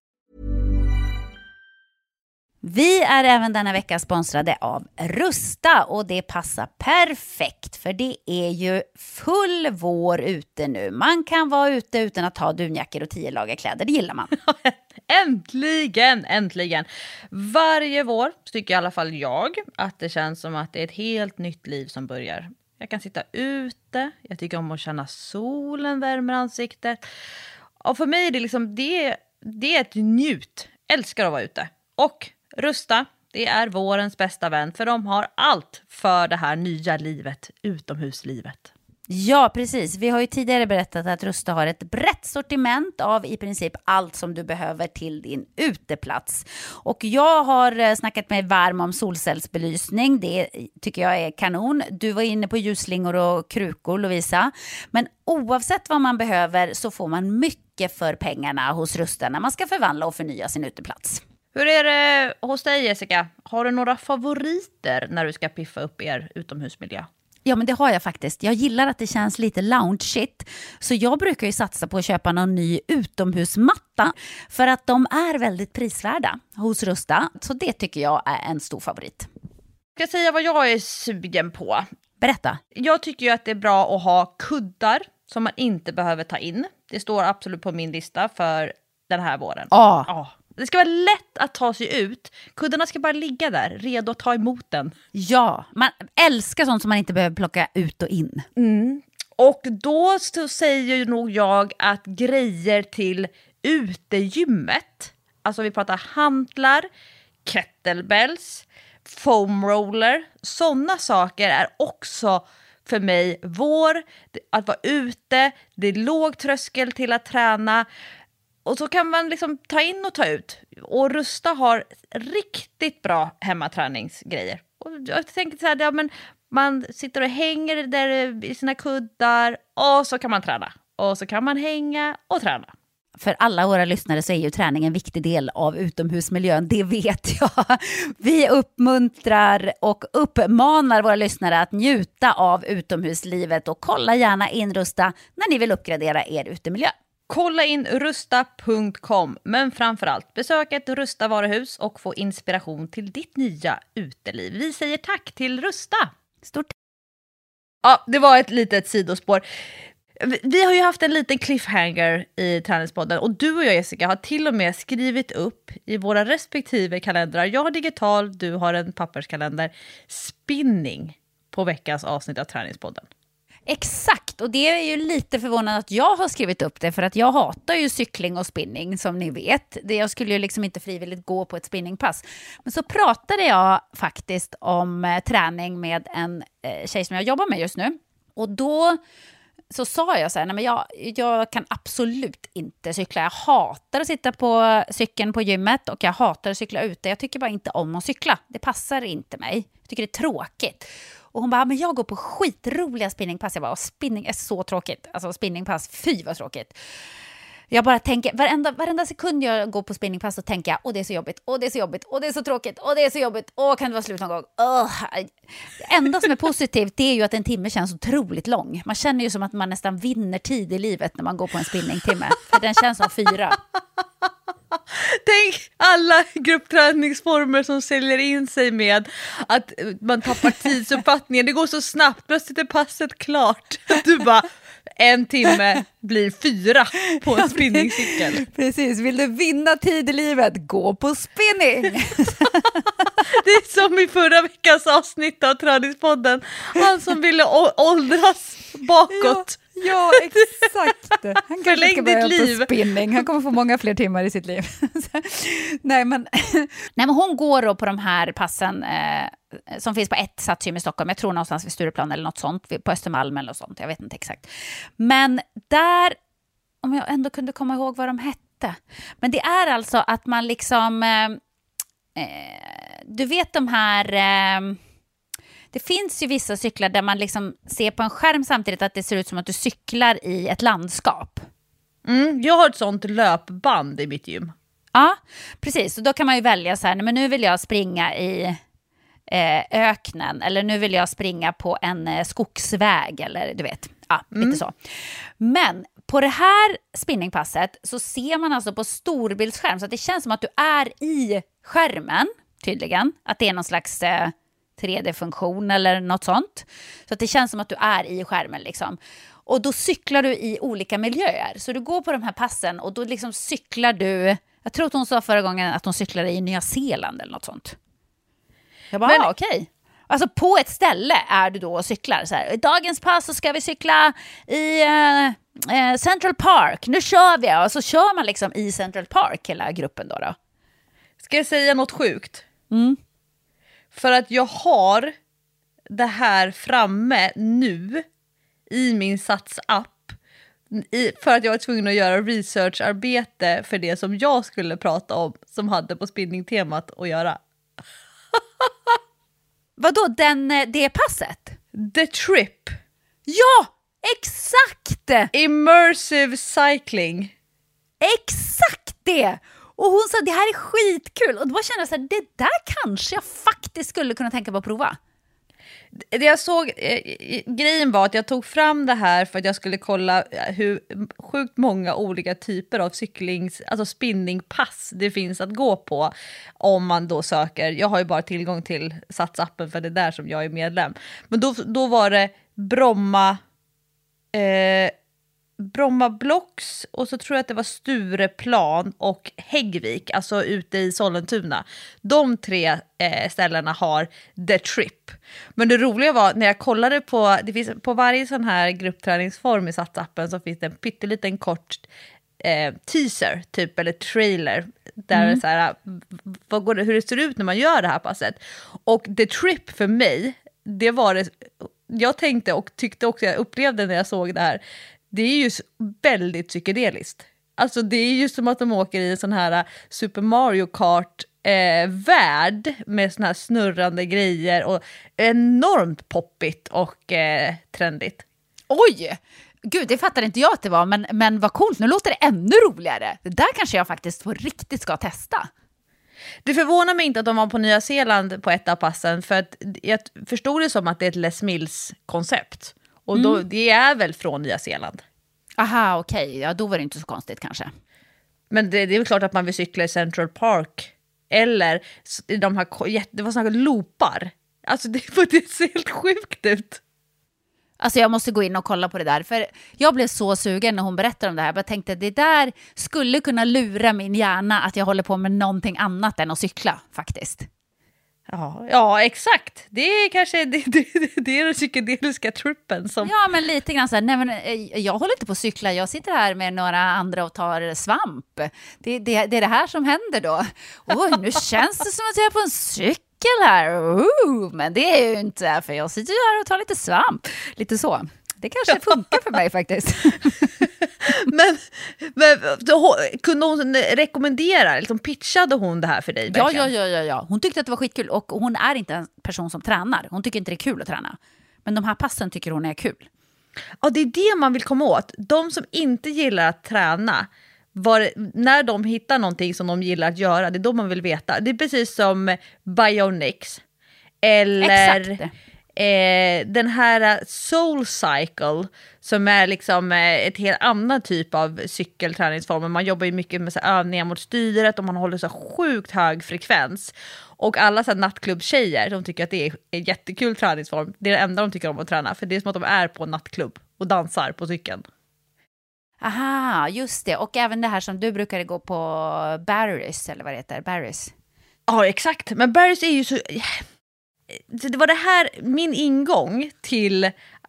Vi är även denna vecka sponsrade av Rusta och det passar perfekt för det är ju full vår ute nu. Man kan vara ute utan att ha dunjackor och 10 lager kläder, det gillar man. Äntligen. Varje vår tycker i alla fall jag att det känns som att det är ett helt nytt liv som börjar. Jag kan sitta ute, jag tycker om att känna solen värmer ansiktet. Och för mig är det liksom, det är ett njut. Älskar att vara ute. Och Rusta, det är vårens bästa vän för de har allt för det här nya livet, utomhuslivet. Ja, precis. Vi har ju tidigare berättat att Rusta har ett brett sortiment av i princip allt som du behöver till din uteplats. Och jag har snackat mig varm om solcellsbelysning. Det tycker jag är kanon. Du var inne på ljusslingor och krukor, Lovisa. Men oavsett vad man behöver så får man mycket för pengarna hos Rusta när man ska förvandla och förnya sin uteplats. Hur är det hos dig, Jessica? Har du några favoriter när du ska piffa upp er utomhusmiljö? Ja, men det har jag faktiskt. Jag gillar att det känns lite lounge-shit. Så jag brukar ju satsa på att köpa någon ny utomhusmatta. För att de är väldigt prisvärda hos Rusta. Så det tycker jag är en stor favorit. Jag ska säga vad jag är sugen på. Berätta. Jag tycker ju att det är bra att ha kuddar som man inte behöver ta in. Det står absolut på min lista för den här våren. Ja. Det ska vara lätt att ta sig ut. Kuddarna ska bara ligga där, redo att ta emot den. Ja, man älskar sånt som man inte behöver plocka ut och in. Och då så säger ju nog jag att grejer till utegymmet, alltså vi pratar hantlar, kettlebells, foam roller, sådana saker är också för mig vår, att vara ute, det är låg tröskel till att träna. Och så kan man liksom ta in och ta ut. Och Rusta har riktigt bra hemmaträningsgrejer. Och jag tänker så här, ja, men man sitter och hänger där i sina kuddar och så kan man träna. Och så kan man hänga och träna. För alla våra lyssnare så är ju träning en viktig del av utomhusmiljön, det vet jag. Vi uppmuntrar och uppmanar våra lyssnare att njuta av utomhuslivet och kolla gärna in Rusta när ni vill uppgradera er utemiljö. Kolla in rusta.com, men framförallt besök ett Rusta varuhus och få inspiration till ditt nya uteliv. Vi säger tack till Rusta. Stort. Ja, det var ett litet sidospår. Vi har ju haft en liten cliffhanger i Träningspodden och du och jag, Jessica, har till och med skrivit upp i våra respektive kalendrar. Jag har digital, du har en papperskalender. Spinning på veckans avsnitt av Träningspodden. Exakt, och det är ju lite förvånande att jag har skrivit upp det, för att jag hatar ju cykling och spinning som ni vet. Jag skulle ju liksom inte frivilligt gå på ett spinningpass. Men så pratade jag faktiskt om träning med en tjej som jag jobbar med just nu. Och då så sa jag så här, nej men jag kan absolut inte cykla. Jag hatar att sitta på cykeln på gymmet och jag hatar att cykla ute. Jag tycker bara inte om att cykla. Det passar inte mig. Jag tycker det är tråkigt. Och hon bara, men jag går på skitroliga spinningpass. Jag bara, spinning är så tråkigt. Alltså spinningpass, fy vad tråkigt. Jag bara tänker, varenda sekund jag går på spinningpass så tänker jag, det är så jobbigt, det är så jobbigt, det är så tråkigt, det är så jobbigt, kan det vara slut någon gång? Det enda som är positivt, det är ju att en timme känns otroligt lång. Man känner ju som att man nästan vinner tid i livet när man går på en spinningtimme. För den känns som 4. Tänk alla gruppträningsformer som säljer in sig med att man tappar tidsuppfattningen. Det går så snabbt, plötsligt är passet klart. Du bara, 1 timme blir 4 på en spinningcykel. Precis, vill du vinna tid i livet, gå på spinning. Det är som i förra veckans avsnitt av Träningspodden. Han som ville åldras bakåt. Ja, exakt. Han kanske ska börja liv. på spinning. Han kommer få många fler timmar i sitt liv. Nej, men hon går då på de här passen som finns på ett satsgym i Stockholm. Jag tror någonstans vid Stureplan eller något sånt. På Östermalm eller något sånt. Jag vet inte exakt. Men där, om jag ändå kunde komma ihåg vad de hette. Men det är alltså att man liksom... du vet de här... Det finns ju vissa cyklar där man liksom ser på en skärm samtidigt att det ser ut som att du cyklar i ett landskap. Jag har ett sånt löpband i mitt gym. Ja, precis. Och då kan man ju välja så här, men nu vill jag springa i öknen, eller nu vill jag springa på en skogsväg, eller du vet, lite så. Men på det här spinningpasset så ser man alltså på storbildsskärm, så att det känns som att du är i skärmen, tydligen. Att det är någon slags... 3D-funktion eller något sånt. Så att det känns som att du är i skärmen liksom. Och då cyklar du i olika miljöer. Så du går på de här passen och då liksom cyklar du... Jag tror att hon sa förra gången att hon cyklade i Nya Zeeland eller något sånt. Jag bara, okej. Alltså på ett ställe är du då och cyklar. Så här, i dagens pass så ska vi cykla i Central Park. Nu kör vi. Och så kör man liksom i Central Park hela gruppen då. Ska jag säga något sjukt? För att jag har det här framme nu i min satsapp för att jag var tvungen att göra researcharbete för det som jag skulle prata om som hade på spinningtemat att göra. Vadå, det passet? The Trip. Ja, exakt! Immersive cycling. Exakt det! Och hon sa, det här är skitkul. Och då kände jag så här, det där kanske jag faktiskt skulle kunna tänka på att prova. Det jag såg, grejen var att jag tog fram det här för att jag skulle kolla hur sjukt många olika typer av alltså spinningpass det finns att gå på om man då söker. Jag har ju bara tillgång till satsappen för det är där som jag är medlem. Men då var det Bromma Blocks och så tror jag att det var Stureplan och Häggvik, alltså ute i Sollentuna. De 3 ställena har The Trip. Men det roliga var när jag kollade på, det finns på varje sån här gruppträningsform i satsappen så finns det en pytteliten kort teaser typ eller trailer där det så här, hur det ser ut när man gör det här passet. Och The Trip för mig, det var jag tänkte och tyckte också, jag upplevde när jag såg det här, det är ju väldigt psykedeliskt. Alltså det är ju som att de åker i en sån här Super Mario Kart värld med såna här snurrande grejer och enormt poppigt och trendigt. Oj! Gud, det fattade inte jag att det var, men vad coolt, nu låter det ännu roligare. Det där kanske jag faktiskt på riktigt ska testa. Det förvånar mig inte att de var på Nya Zeeland på ett av passen, för att jag förstod det som att det är ett Les Mills-koncept. Och då, det är väl från Nya Zeeland. Aha, okej. Ja, då var det inte så konstigt kanske. Men det är väl klart att man vill cykla i Central Park. Eller de här, det var såna här loopar. Alltså det ser helt sjukt ut. Alltså jag måste gå in och kolla på det där. För jag blev så sugen när hon berättade om det här. Jag tänkte det där skulle kunna lura min hjärna att jag håller på med någonting annat än att cykla faktiskt. Ja, exakt. Det är kanske det är den psykedeliska truppen som... Ja, men lite grann så här, nej, men jag håller inte på att cykla. Jag sitter här med några andra och tar svamp. Det är det här som händer då. Nu känns det som att jag är på en cykel här. Men det är ju inte, för jag sitter här och tar lite svamp. Lite så. Det kanske funkar för mig faktiskt. men kunde hon rekommendera, liksom pitchade hon det här för dig? Ja. Hon tyckte att det var skitkul, och hon är inte en person som tränar. Hon tycker inte det är kul att träna. Men de här passen tycker hon är kul. Ja, det är det man vill komma åt. De som inte gillar att träna, när de hittar någonting som de gillar att göra, det är då man vill veta. Det är precis som Bionics. Eller... Exakt. Den här Soul Cycle som är liksom ett helt annan typ av cykelträningsform. Man jobbar ju mycket med så övningar mot styret och man håller så sjukt hög frekvens. Och alla så här nattklubbtjejer, de tycker att det är en jättekul träningsform. Det är det enda de tycker om att träna, för det är som att de är på en nattklubb och dansar på cykeln. Aha, just det. Och även det här som du brukade gå på Barry's, eller vad det heter, Barry's. Ja, exakt. Men Barry's är ju så... Det var det här min ingång till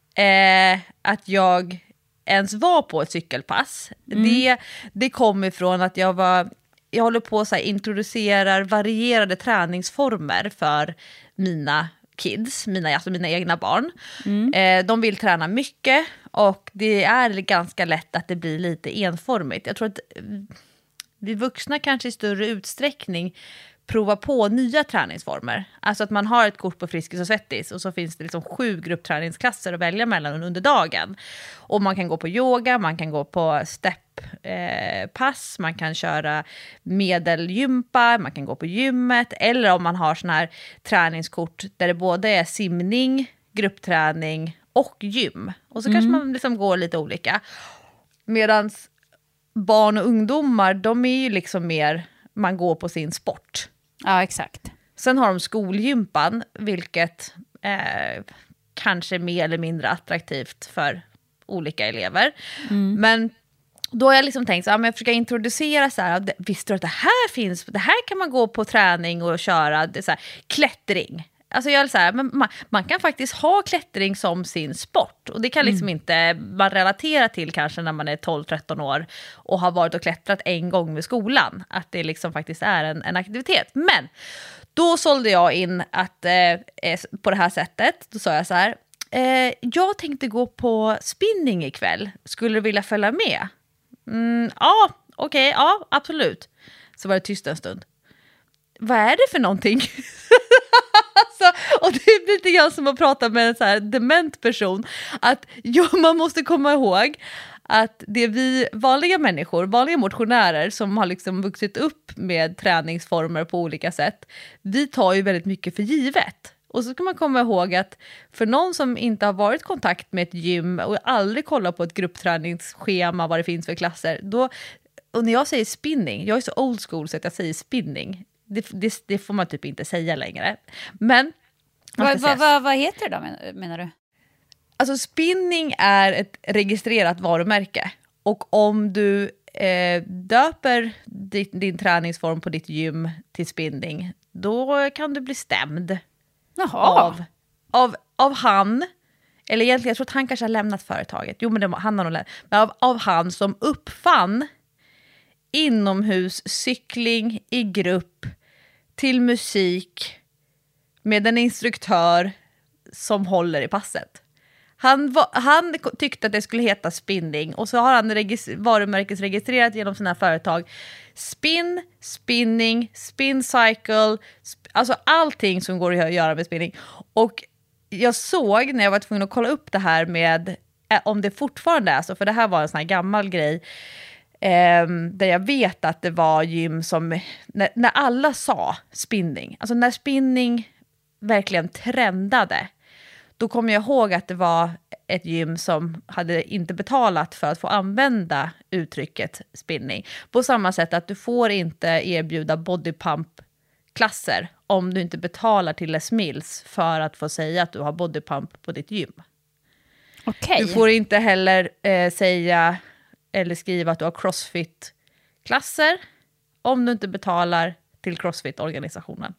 att jag ens var på ett cykelpass. Det kom ifrån att jag håller på att introducerar varierade träningsformer för mina kids, mina egna barn. De vill träna mycket och det är ganska lätt att det blir lite enformigt. Jag tror att vi vuxna kanske i större utsträckning prova på nya träningsformer. Alltså att man har ett kort på Friskis och Svettis och så finns det liksom 7 gruppträningsklasser att välja mellan under dagen. Och man kan gå på yoga, man kan gå på steppass, man kan köra medelgympa, man kan gå på gymmet, eller om man har såna här träningskort där det både är simning, gruppträning och gym. Och så kanske man liksom går lite olika. Medan barn och ungdomar, de är ju liksom mer, man går på sin sport. Ja, exakt. Sen har de skolgympan, vilket kanske är mer eller mindre attraktivt för olika elever. Men då har jag liksom tänkt så här, men jag försöker introducera så här, visste du att det här finns, det här kan man gå på träning och köra, det är så här, klättring. Alltså jag är så här, men man kan faktiskt ha klättring som sin sport. Och det kan liksom inte man relatera till kanske när man är 12-13 år och har varit och klättrat en gång med skolan. Att det liksom faktiskt är en aktivitet. Men då sålde jag in att på det här sättet, då sa jag så här, jag tänkte gå på spinning ikväll. Skulle du vilja följa med? Ja, okej, ja, absolut. Så var det tyst en stund. Vad är det för någonting? Alltså, och det är lite grann som att prata med en så här dement person. Att man måste komma ihåg att det är vi vanliga människor, vanliga motionärer som har liksom vuxit upp med träningsformer på olika sätt. Vi tar ju väldigt mycket för givet. Och så ska man komma ihåg att för någon som inte har varit i kontakt med ett gym och aldrig kollat på ett gruppträningsschema, vad det finns för klasser, då, och när jag säger spinning, jag är så old school så att jag säger spinning. Det får man typ inte säga längre. Men vad heter det då, menar du? Alltså spinning är ett registrerat varumärke. Och om du döper din träningsform på ditt gym till spinning, då kan du bli stämd. Jaha. Av han, eller egentligen jag tror att han kanske har lämnat företaget. Jo, men han har nog lämnat. Men av han som uppfann inomhuscykling i grupp till musik med en instruktör som håller i passet. Han tyckte att det skulle heta spinning och så har han varumärkesregistrerat genom sina företag spin, spinning, spin cycle, alltså allting som går att göra med spinning. Och jag såg när jag var tvungen att kolla upp det här med om det fortfarande är så, för det här var en sån här gammal grej där jag vet att det var gym som, när alla sa spinning, alltså när spinning verkligen trendade, då kom jag ihåg att det var ett gym som hade inte betalat för att få använda uttrycket spinning. På samma sätt att du får inte erbjuda bodypump-klasser om du inte betalar till Les Mills för att få säga att du har bodypump på ditt gym. Okay. Du får inte heller säga eller skriva att du har crossfit-klasser om du inte betalar till crossfit-organisationen.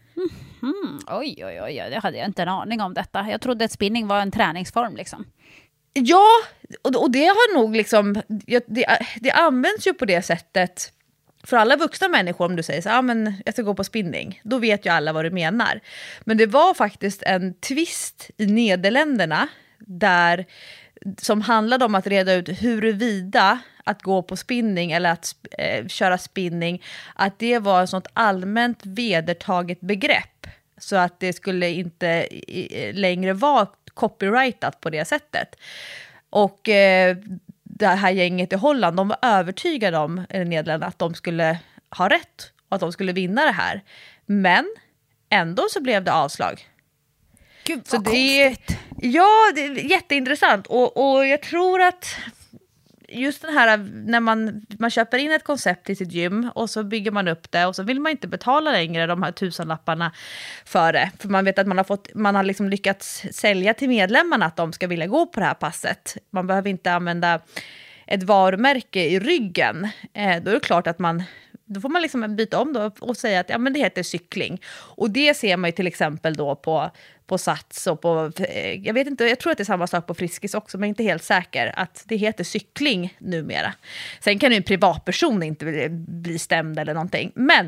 Oj, det hade jag inte en aning om detta. Jag trodde att spinning var en träningsform liksom. Ja, och det har nog liksom, det används ju på det sättet för alla vuxna människor. Om du säger så men jag ska gå på spinning, då vet ju alla vad du menar. Men det var faktiskt en twist i Nederländerna där, som handlade om att reda ut huruvida att gå på spinning eller att köra spinning, att det var ett sånt allmänt vedertaget begrepp så att det skulle inte längre vara copyrightat på det sättet. Och det här gänget i Holland, de var övertygade om i Nederländerna att de skulle ha rätt och att de skulle vinna det här. Men ändå så blev det avslag. Gud, vad så konstigt. Ja, det är jätteintressant. Och jag tror att just den här, när man köper in ett koncept i sitt gym och så bygger man upp det och så vill man inte betala längre de här 1000-lapparna för det. För man vet att man har liksom lyckats sälja till medlemmarna att de ska vilja gå på det här passet. Man behöver inte använda ett varumärke i ryggen. Då är det klart att då får man liksom byta om då och säga att men det heter cykling. Och det ser man ju till exempel då på Sats och på, jag vet inte, jag tror att det är samma sak på Friskis också, men inte helt säker, att det heter cykling numera. Sen kan ju en privatperson inte bli stämd eller någonting. Men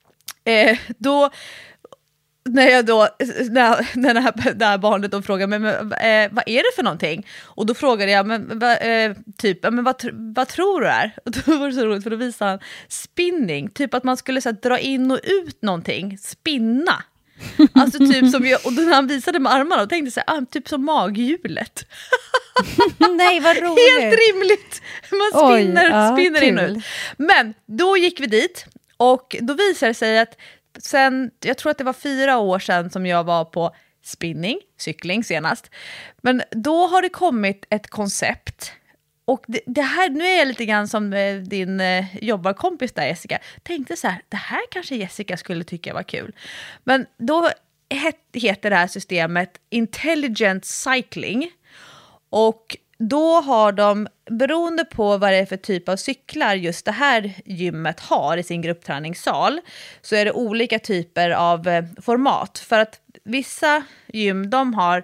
då när det här barnet då frågar men vad är det för någonting? Och då frågade jag vad tror du är? Och då var det så roligt för då visade han spinning, typ att man skulle så här, dra in och ut någonting, spinna. Alltså typ som och då när han visade med armarna och tänkte så här, typ som maghjulet. Nej, vad roligt. Helt rimligt. Man spinner in och ut. Men då gick vi dit och då visade det sig att sen, jag tror att det var 4 år sedan som jag var på spinning, cykling senast. Men då har det kommit ett koncept. Och det här, nu är jag lite grann som din jobbarkompis där, Jessica. Tänkte så här, det här kanske Jessica skulle tycka var kul. Men då heter det här systemet Intelligent Cycling. Och då har de, beroende på vad det är för typ av cyklar just det här gymmet har i sin gruppträningssal, så är det olika typer av format. För att vissa gym, de har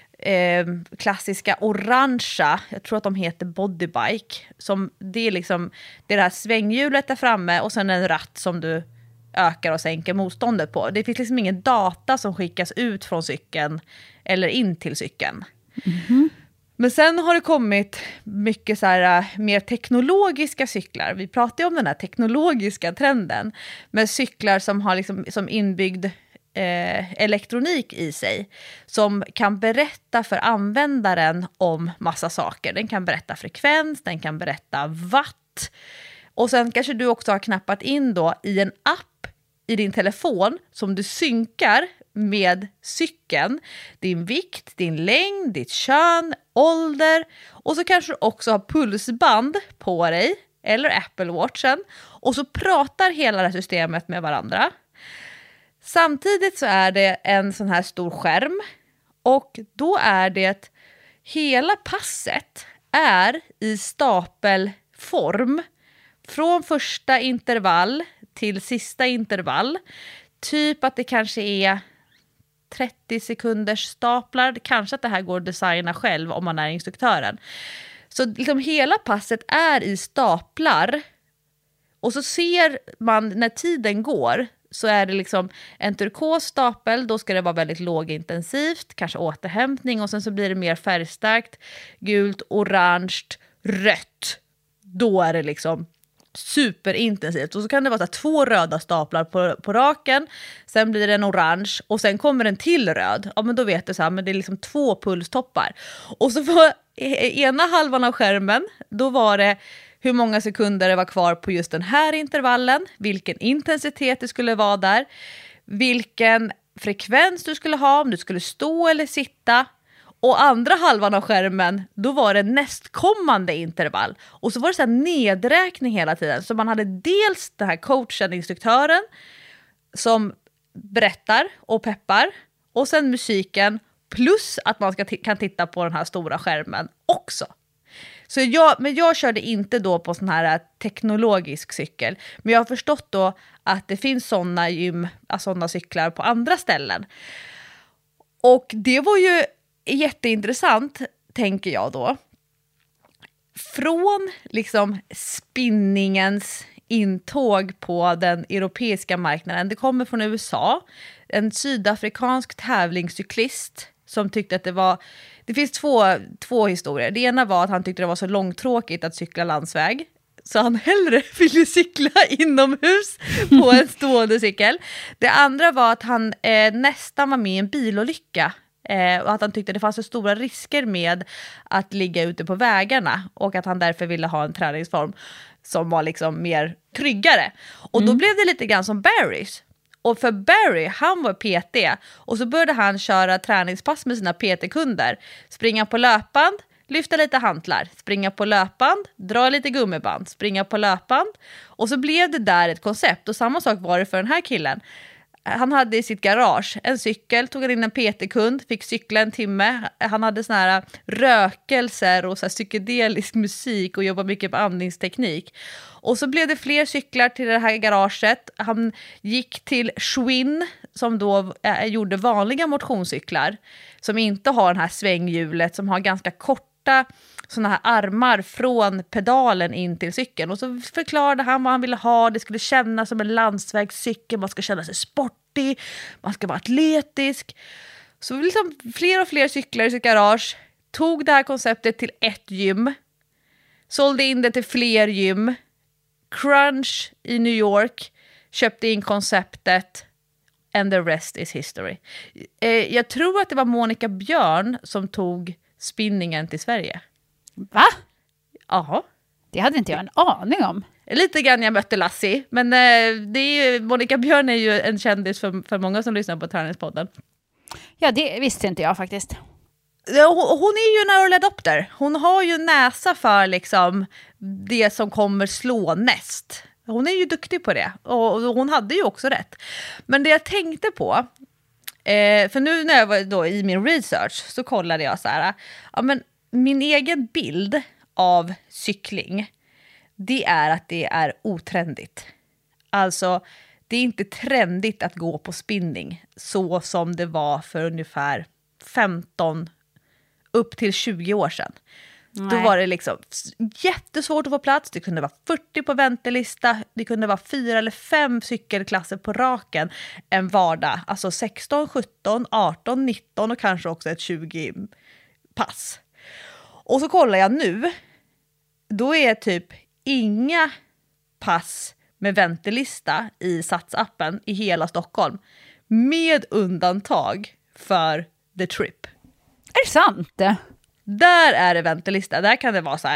klassiska orangea, jag tror att de heter bodybike, som det är liksom det här svänghjulet där framme och sen en ratt som du ökar och sänker motståndet på. Det finns liksom ingen data som skickas ut från cykeln eller in till cykeln. Mm-hmm. Men sen har det kommit mycket så här, mer teknologiska cyklar. Vi pratar ju om den här teknologiska trenden med cyklar som har liksom, som inbyggd elektronik i sig, som kan berätta för användaren om massa saker. Den kan berätta frekvens, den kan berätta watt. Och sen kanske du också har knappat in då i en app i din telefon som du synkar med cykeln, din vikt, din längd, ditt kön, ålder, och så kanske du också har pulsband på dig eller Apple Watchen, och så pratar hela det här systemet med varandra. Samtidigt så är det en sån här stor skärm, och då är det hela passet är i stapelform från första intervall till sista intervall. Typ att det kanske är 30 sekunders staplar. Kanske att det här går att designa själv om man är instruktören. Så liksom hela passet är i staplar. Och så ser man när tiden går, så är det liksom en turkos stapel, då ska det vara väldigt lågintensivt, kanske återhämtning, och sen så blir det mer färgstarkt, gult, orange, rött. Då är det liksom superintensivt. Och så kan det vara så här, 2 röda staplar på raken, sen blir det en orange och sen kommer en till röd. Ja, men då vet du så här, men det är liksom 2 pulstoppar. Och så på ena halvan av skärmen, då var det hur många sekunder det var kvar på just den här intervallen, vilken intensitet det skulle vara där, vilken frekvens du skulle ha, om du skulle stå eller sitta. Och andra halvan av skärmen, då var det nästkommande intervall. Och så var det så här nedräkning hela tiden. Så man hade dels den här coachen, instruktören, som berättar och peppar. Och sen musiken, plus att man kan titta på den här stora skärmen också. Så jag körde inte då på sån här teknologisk cykel. Men jag har förstått då att det finns såna cyklar på andra ställen. Och det var ju jätteintressant, tänker jag då. Från liksom spinningens intåg på den europeiska marknaden. Det kommer från USA. En sydafrikansk tävlingscyklist som tyckte att det finns två historier. Det ena var att han tyckte det var så långtråkigt att cykla landsväg, så han hellre ville cykla inomhus på en stående cykel. Det andra var att han nästan var med i en bilolycka. Och att han tyckte det fanns så stora risker med att ligga ute på vägarna, och att han därför ville ha en träningsform som var liksom mer tryggare. Och då blev det lite grann som Barrys. Och för Barry, han var PT, och så började han köra träningspass med sina PT-kunder. Springa på löpband, lyfta lite hantlar, springa på löpband, dra lite gummiband, springa på löpband. Och så blev det där ett koncept, och samma sak var det för den här killen. Han hade i sitt garage en cykel, tog in en PT-kund, fick cykla en timme. Han hade såna här rökelser och så här psykedelisk musik och jobbade mycket på andningsteknik. Och så blev det fler cyklar till det här garaget. Han gick till Schwinn, som då gjorde vanliga motionscyklar, som inte har den här svänghjulet, som har ganska korta såna här armar från pedalen in till cykeln. Och så förklarade han vad han ville ha. Det skulle kännas som en landsvägscykel. Man ska känna sig sportig. Man ska vara atletisk. Så liksom fler och fler cyklar i sitt garage. Tog det här konceptet till ett gym. Sålde in det till fler gym. Crunch i New York köpte in konceptet. And the rest is history. Jag tror att det var Monica Björn som tog spinningen till Sverige. Va? Jaha. Det hade inte jag en aning om. Lite grann jag mötte Lassie. Men det är ju, Monica Björn är ju en kändis för många som lyssnar på Träningspodden. Ja, det visste inte jag faktiskt. Hon är ju en early adopter. Hon har ju näsa för liksom det som kommer slå näst. Hon är ju duktig på det. Och hon hade ju också rätt. Men det jag tänkte på, för nu när jag var då i min research, så kollade jag så här. Ja, men min egen bild av cykling, det är att det är otrendigt. Alltså, det är inte trendigt att gå på spinning så som det var för ungefär 15 upp till 20 år sedan. Nej. Då var det liksom jättesvårt att få plats. Det kunde vara 40 på väntelista. Det kunde vara 4 eller 5 cykelklasser på raken en vardag. Alltså 16, 17, 18, 19 och kanske också ett 20 pass. Och så kollar jag nu. Då är typ inga pass med väntelista i Satsappen i hela Stockholm. Med undantag för The Trip. Är det sant? Där är det väntelista. Där kan det vara så här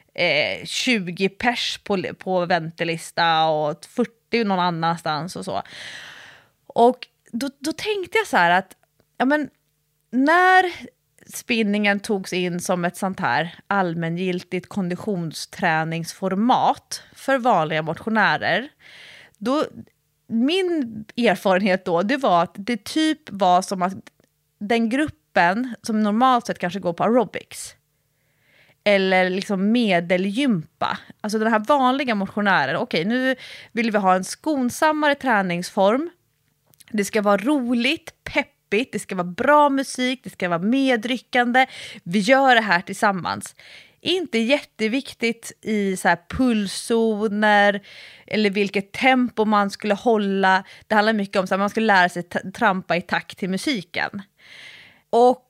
20 pers på väntelista och 40 någon annanstans och så. Och då tänkte jag så här att ja, men när spinningen togs in som ett sånt här allmängiltigt konditionsträningsformat för vanliga motionärer, då min erfarenhet då, det var att det typ var som att den gruppen som normalt sett kanske går på aerobics eller liksom medelgympa, alltså den här vanliga motionären, okej, nu vill vi ha en skonsammare träningsform, det ska vara roligt, peppigt, det ska vara bra musik, det ska vara medryckande, vi gör det här tillsammans. inte jätteviktigt i så här pulszoner eller vilket tempo man skulle hålla. Det handlar mycket om att man skulle lära sig trampa i takt till musiken. Och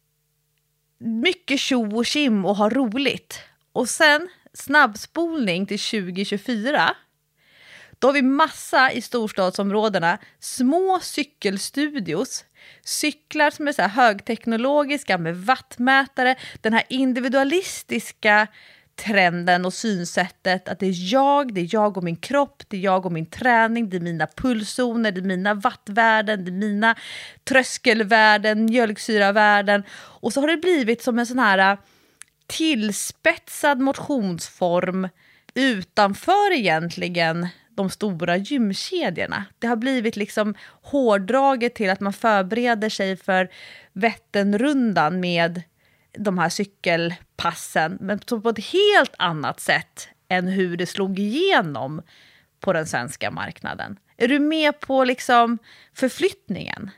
mycket tjo och kim och ha roligt. Och sen snabbspolning till 2024. Då har vi massa i storstadsområdena små cykelstudios. Cyklar som är så här högteknologiska med wattmätare. Den här individualistiska trenden och synsättet att det är jag och min kropp, det är jag och min träning, det är mina pulszoner, det är mina wattvärden, det är mina tröskelvärden, mjölksyravärden. Och så har det blivit som en sån här tillspetsad motionsform utanför egentligen de stora gymkedjorna. Det har blivit liksom hårdraget till att man förbereder sig för Vätternrundan med de här cykelpassen, men på ett helt annat sätt än hur det slog igenom på den svenska marknaden. Är du med på liksom förflyttningen?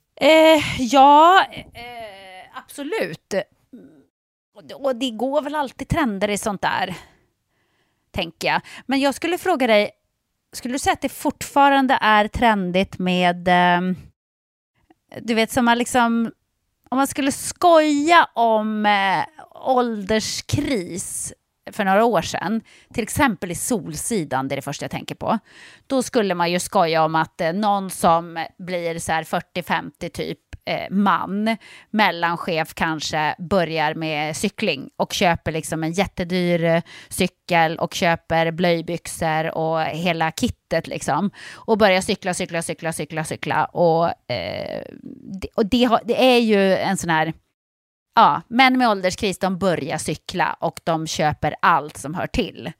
Ja, absolut. Och det går väl alltid trender i sånt där, tänker jag. Men jag skulle fråga dig, skulle du säga att det fortfarande är trendigt med, du vet, som man liksom, om man skulle skoja om ålderskris för några år sedan, till exempel i Solsidan, det är det första jag tänker på, då skulle man ju skoja om att någon som blir så här 40-50 typ man, mellanchef kanske, börjar med cykling och köper liksom en jättedyr cykel och köper blöjbyxor och hela kittet liksom, och börjar cykla och det är ju en sån här, ja, män med ålderskris, de börjar cykla och de köper allt som hör till.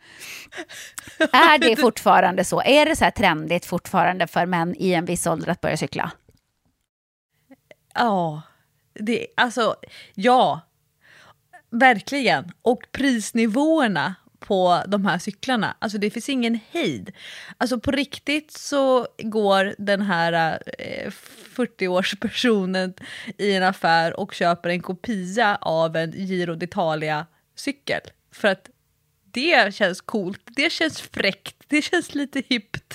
Är det fortfarande så? Är det så här trendigt fortfarande för män i en viss ålder att börja cykla? Ja, ja, verkligen. Och prisnivåerna på de här cyklarna, alltså det finns ingen hejd. Alltså på riktigt så går den här 40-årspersonen i en affär och köper en kopia av en Giro d'Italia-cykel. För att det känns coolt, det känns fräckt, det känns lite hippt.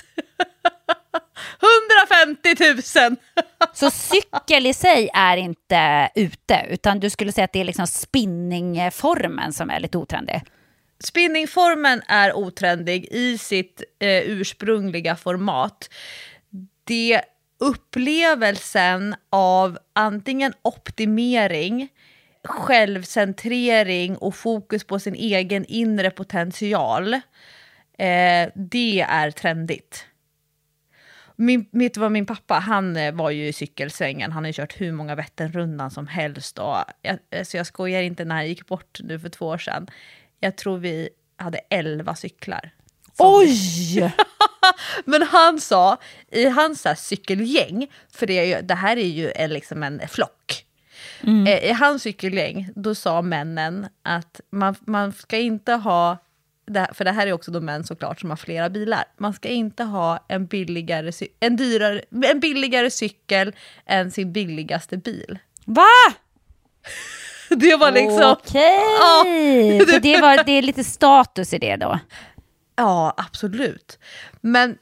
150 000! Så cykel i sig är inte ute, utan du skulle säga att det är liksom spinningformen som är lite otrendig? Spinningformen är otrendig i sitt ursprungliga format. Det upplevelsen av antingen optimering, självcentrering och fokus på sin egen inre potential, det är trendigt. Min pappa, han var ju i cykelsvängen. Han har ju kört hur många Vätternrundan som helst. Och så jag skojar inte när han gick bort nu för 2 år sedan. Jag tror vi hade 11 cyklar. Oj! Men han sa, i hans så här cykelgäng, för det här är ju liksom en flock. I hans cykelgäng, då sa männen att man ska inte ha, för det här är också de män såklart som har flera bilar. Man ska inte ha en billigare cykel än sin billigaste bil. Va? Det var liksom... Okej, så det är lite status i det då? Ja, absolut. Men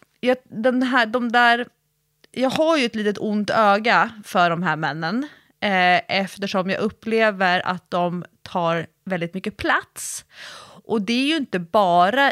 jag har ju ett litet ont öga för de här männen. Eftersom jag upplever att de tar väldigt mycket plats. Och det är ju inte bara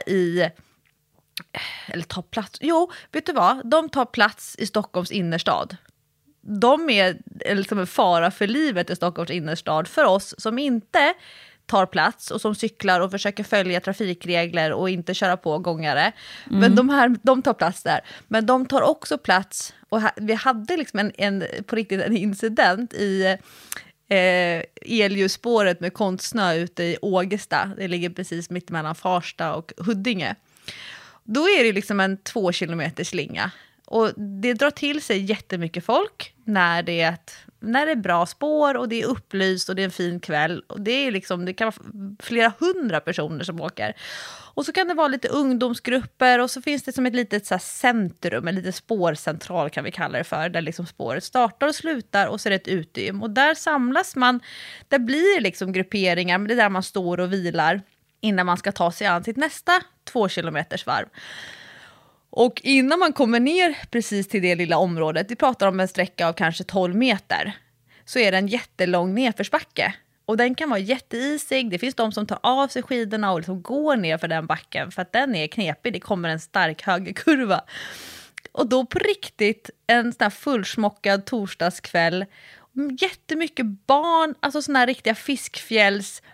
eller tar plats. Jo, vet du vad? De tar plats i Stockholms innerstad. De är liksom en fara för livet i Stockholms innerstad för oss som inte tar plats och som cyklar och försöker följa trafikregler och inte köra på gångare. Men de tar plats där. Men de tar också plats, och vi hade liksom på riktigt en incident i elljusspåret med Konstsnö ute i Ågesta. Det ligger precis mitt mellan Farsta och Huddinge. Då är det liksom en 2 kilometers slinga. Och det drar till sig jättemycket folk när det är ett när det är bra spår och det är upplyst och det är en fin kväll. Och det är liksom, det kan vara flera 100 personer som åker. Och så kan det vara lite ungdomsgrupper och så finns det som ett litet så här centrum, en liten spårcentral kan vi kalla det för, där liksom spåret startar och slutar och så är det ett utrymme. Och där samlas man, där blir det liksom grupperingar, men det är där man står och vilar innan man ska ta sig an sitt nästa 2 kilometers varv. Och innan man kommer ner precis till det lilla området, vi pratar om en sträcka av kanske 12 meter, så är det en jättelång nedförsbacke. Och den kan vara jätteisig. Det finns de som tar av sig skidorna och liksom går ner för den backen. För att den är knepig. Det kommer en stark högerkurva. Och då på riktigt en sån här fullsmockad torsdagskväll. Jättemycket barn. Alltså såna här riktiga fiskfjälls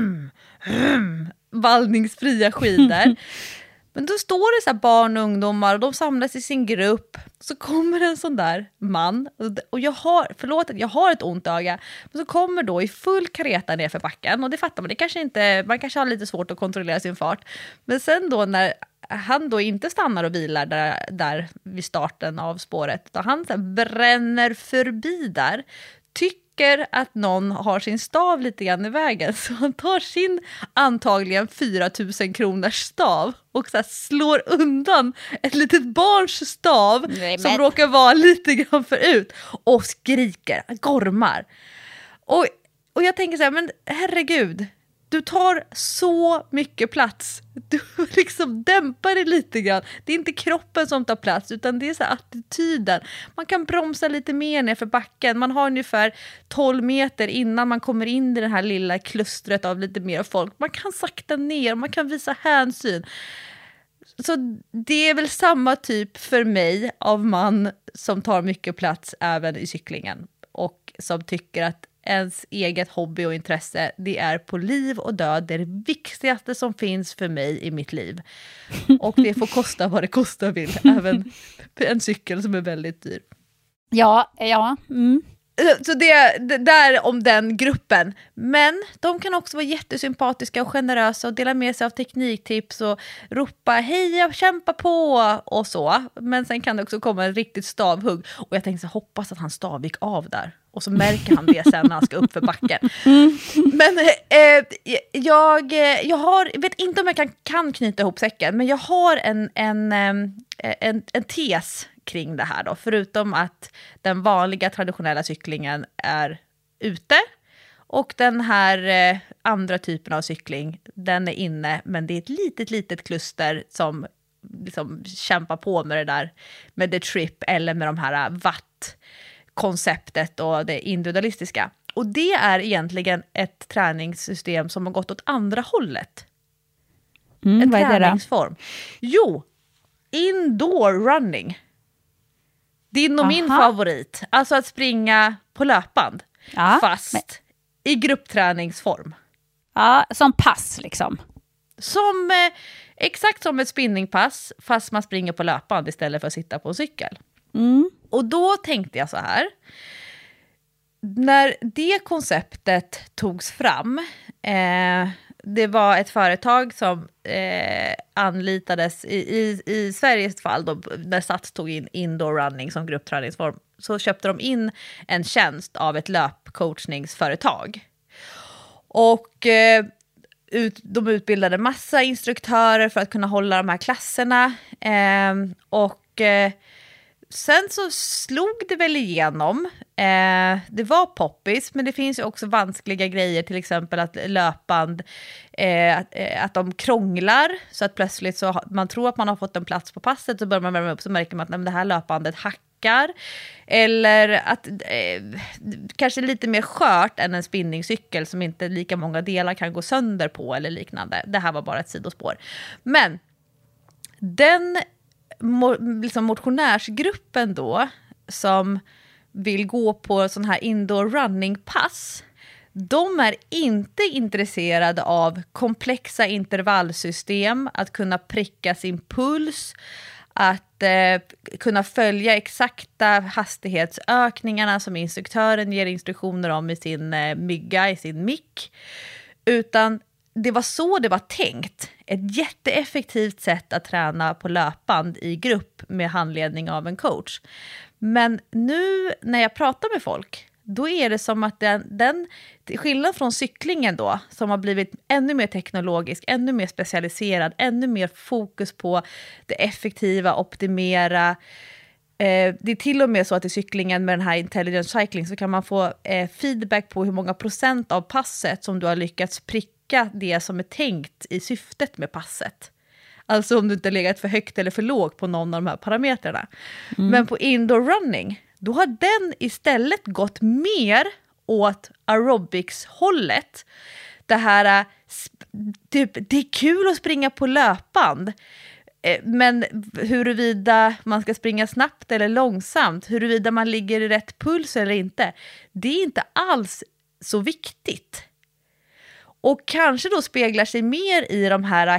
vallningsfria skidor. Men då står det så här barn och ungdomar och de samlas i sin grupp. Så kommer en sån där man. Och jag har ett ont öga. Men så kommer då i full kareta ner för backen. Och det fattar man. Man kanske har lite svårt att kontrollera sin fart. Men sen då när han då inte stannar och vilar där vid starten av spåret. Då han så här bränner förbi där. Tycker att någon har sin stav lite grann i vägen. Så han tar sin antagligen 4 000 kronors stav och så här slår undan ett litet barns stav som råkar vara lite grann förut. Och skriker, gormar. Och jag tänker så här, men herregud, du tar så mycket plats. Du liksom dämpar det lite grann. Det är inte kroppen som tar plats utan det är så här attityden. Man kan bromsa lite mer ner för backen. Man har ungefär 12 meter innan man kommer in i det här lilla klustret av lite mer folk. Man kan sakta ner, man kan visa hänsyn. Så det är väl samma typ för mig av man som tar mycket plats även i cyklingen. Och som tycker att ens eget hobby och intresse, det är på liv och död. Det är det viktigaste som finns för mig i mitt liv. Och det får kosta vad det kosta vill. Även en cykel som är väldigt dyr. Ja. Så det där om den gruppen. Men de kan också vara jättesympatiska och generösa och dela med sig av tekniktips och ropa heja, kämpa på och så. Men sen kan det också komma en riktigt stavhugg. Och jag tänkte så hoppas att han stav gick av där. Och så märker han det sen när han ska upp för backen. Men jag vet inte om jag kan knyta ihop säcken. Men jag har en tes kring det här då. Förutom att den vanliga traditionella cyklingen är ute. Och den här andra typen av cykling, den är inne. Men det är ett litet kluster som liksom kämpar på med det där. Med the trip eller med de här watt-konceptet och det individualistiska. Och det är egentligen ett träningssystem som har gått åt andra hållet. En träningsform. Jo, indoor running. Din och min favorit. Alltså att springa på löpband. Ja, fast i gruppträningsform. Ja, som pass liksom. Exakt som ett spinningpass fast man springer på löpband istället för att sitta på en cykel. Och då tänkte jag så här. När det konceptet togs fram, det var ett företag som anlitades i Sveriges fall då, när Sats tog in indoor running som gruppträningsform, så köpte de in en tjänst av ett löpcoachningsföretag. Och de utbildade massa instruktörer för att kunna hålla de här klasserna. Sen så slog det väl igenom. Det var poppis, men det finns ju också vanskliga grejer. Till exempel att löpband, att de krånglar. Så att plötsligt så man tror att man har fått en plats på passet. Så börjar man värma upp så märker man att det här löpbandet hackar. Eller att kanske lite mer skört än en spinningcykel som inte lika många delar kan gå sönder på eller liknande. Det här var bara ett sidospår. Men den liksom motionärsgruppen då som vill gå på sån här indoor running pass, de är inte intresserade av komplexa intervallsystem, att kunna pricka sin puls, att kunna följa exakta hastighetsökningarna som instruktören ger instruktioner om i sin mygga, i sin mick, utan det var så det var tänkt. Ett jätteeffektivt sätt att träna på löpband i grupp med handledning av en coach. Men nu när jag pratar med folk, då är det som att den till skillnad från cyklingen då, som har blivit ännu mer teknologisk, ännu mer specialiserad, ännu mer fokus på det effektiva, optimera. Det är till och med så att i cyklingen med den här intelligent cycling så kan man få feedback på hur många procent av passet som du har lyckats pricka det som är tänkt i syftet med passet. Alltså om du inte har legat för högt eller för lågt på någon av de här parametrarna. Men på indoor running, då har den istället gått mer åt aerobics-hållet. Det här, typ, det är kul att springa på löpband. Men huruvida man ska springa snabbt eller långsamt, huruvida man ligger i rätt puls eller inte, det är inte alls så viktigt. Och kanske då speglar sig mer i de här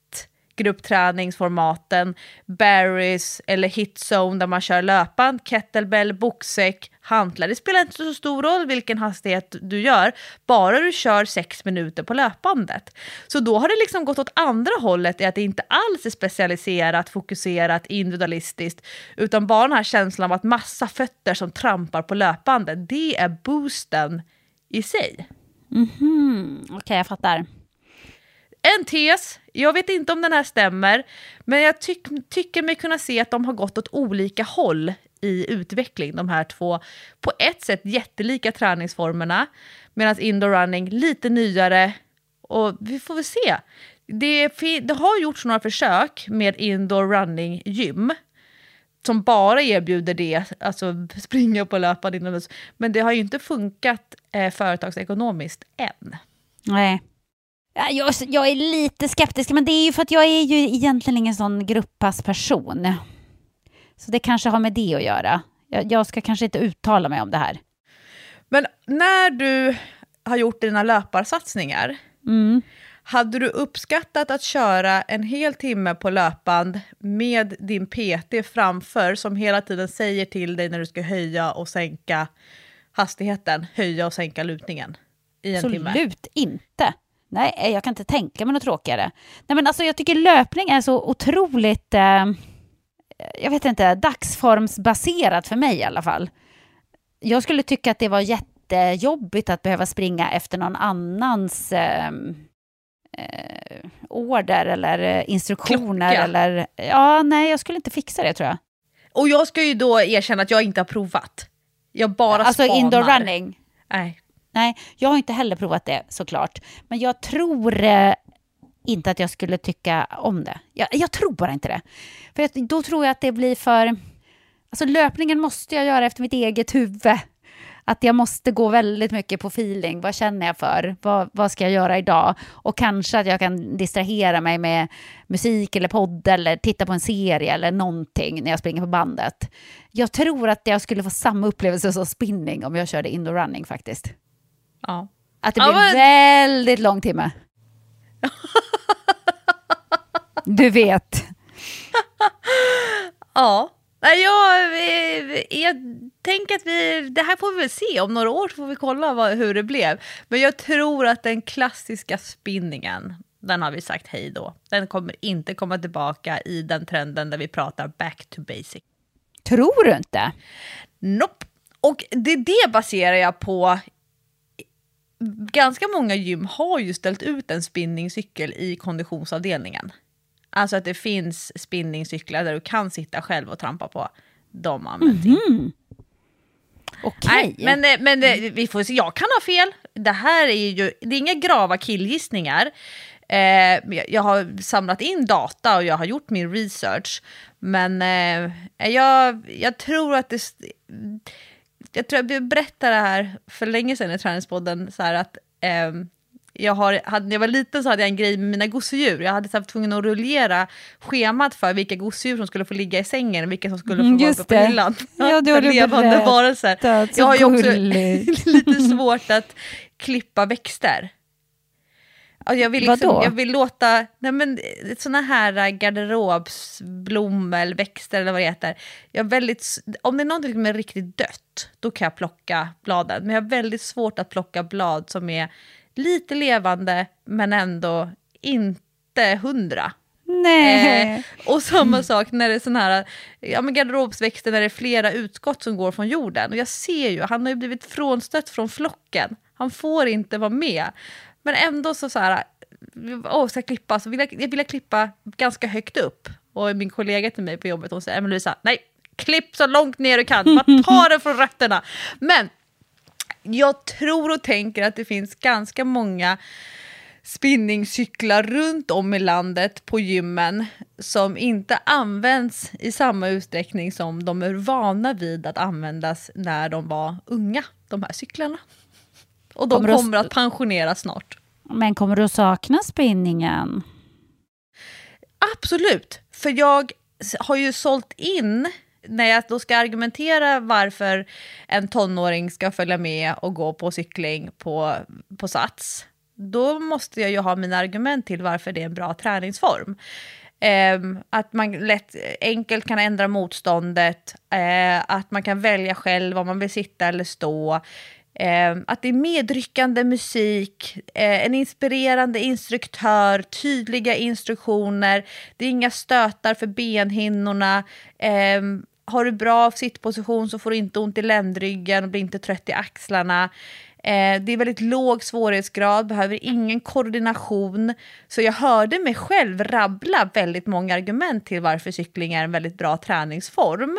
gruppträningsformaten, Barry's eller hitzone där man kör löpband, kettlebell, boxsäck, hantlar. Det spelar inte så stor roll vilken hastighet du gör, bara du kör 6 minuter på löpbandet. Så då har det liksom gått åt andra hållet i att det inte alls är specialiserat, fokuserat, individualistiskt, utan bara den här känslan av att massa fötter som trampar på löpbandet, det är boosten i sig. Okej, jag fattar. En tes, jag vet inte om den här stämmer, men jag tycker mig kunna se att de har gått åt olika håll i utveckling, de här två på ett sätt jättelika träningsformerna, medan indoor running lite nyare, och vi får väl se. Det har gjorts några försök med indoor running gym som bara erbjuder det, alltså springa på löpande inomhus, men det har ju inte funkat företagsekonomiskt än. Nej. Jag är lite skeptisk, men det är ju för att jag är ju egentligen ingen sån grupppassperson. Så det kanske har med det att göra. Jag ska kanske inte uttala mig om det här. Men när du har gjort dina löparsatsningar, hade du uppskattat att köra en hel timme på löpband med din PT framför som hela tiden säger till dig när du ska höja och sänka hastigheten, höja och sänka lutningen i en timme? Absolut inte. Nej, jag kan inte tänka mig något tråkigare. Nej, men alltså jag tycker löpning är så otroligt, jag vet inte, dagsformsbaserat för mig i alla fall. Jag skulle tycka att det var jättejobbigt att behöva springa efter någon annans order eller instruktioner. Klocka. Eller, nej, jag skulle inte fixa det tror jag. Och jag ska ju då erkänna att jag inte har provat. Jag bara alltså spanar. Indoor running? Nej, jag har inte heller provat det såklart. Men jag tror inte att jag skulle tycka om det. Jag tror bara inte det. För då tror jag att det blir för... Alltså löpningen måste jag göra efter mitt eget huvud. Att jag måste gå väldigt mycket på feeling. Vad känner jag för? Vad ska jag göra idag? Och kanske att jag kan distrahera mig med musik eller podd eller titta på en serie eller någonting när jag springer på bandet. Jag tror att jag skulle få samma upplevelse som spinning om jag körde indoor running faktiskt. Ja. Att det blir väldigt lång timme. Du vet. Ja. Jag tänker att det här får vi väl se. Om några år får vi kolla hur det blev. Men jag tror att den klassiska spinningen, den har vi sagt hej då. Den kommer inte komma tillbaka i den trenden där vi pratar back to basic. Tror du inte? Nope. Och det baserar jag på. Ganska många gym har ju ställt ut en spinningcykel i konditionsavdelningen. Alltså att det finns spinningcyklar där du kan sitta själv och trampa på. De används inte. Okej. Men vi får se, jag kan ha fel. Det här det är inga grava killgissningar. Jag har samlat in data och jag har gjort min research. Men jag tror att jag tror jag berättade det här för länge sedan i Träningspodden så här att när jag var liten så hade jag en grej med mina gosedjur. Jag hade så här tvungen att rullera schemat för vilka gosedjur som skulle få ligga i sängen och vilka som skulle få vara uppe på hyllan. Ja, det har du levande varelser. Jag har ju också lite svårt att klippa växter. Jag vill låta såna här garderobsblommor, växter eller vad det heter. Om det är något som är riktigt dött, då kan jag plocka bladen. Men jag har väldigt svårt att plocka blad som är lite levande men ändå inte 100. Nej. Och samma sak när det är sån här garderobsväxter, när det är flera utskott som går från jorden. Och jag ser ju, han har ju blivit frånstött från flocken. Han får inte vara med. Men ändå så här, ska jag klippa? Så jag vill klippa ganska högt upp. Och min kollega till mig på jobbet, hon säger, men Lovisa, nej, klipp så långt ner du kan. Bara ta det från rötterna. Men jag tror och tänker att det finns ganska många spinningcyklar runt om i landet på gymmen som inte används i samma utsträckning som de är vana vid att användas när de var unga, de här cyklarna. Och de kommer att pensioneras snart. Men kommer du att sakna spinningen? Absolut, för jag har ju sålt in, när jag då ska argumentera varför en tonåring ska följa med och gå på cykling på Sats. Då måste jag ju ha mina argument till varför det är en bra träningsform. Att man enkelt kan ändra motståndet, att man kan välja själv om man vill sitta eller stå, att det är medryckande musik, en inspirerande instruktör, tydliga instruktioner, det är inga stötar för benhinnorna, har du bra sittposition så får du inte ont i ländryggen och blir inte trött i axlarna. Det är väldigt låg svårighetsgrad, behöver ingen koordination. Så jag hörde mig själv rabbla väldigt många argument till varför cykling är en väldigt bra träningsform.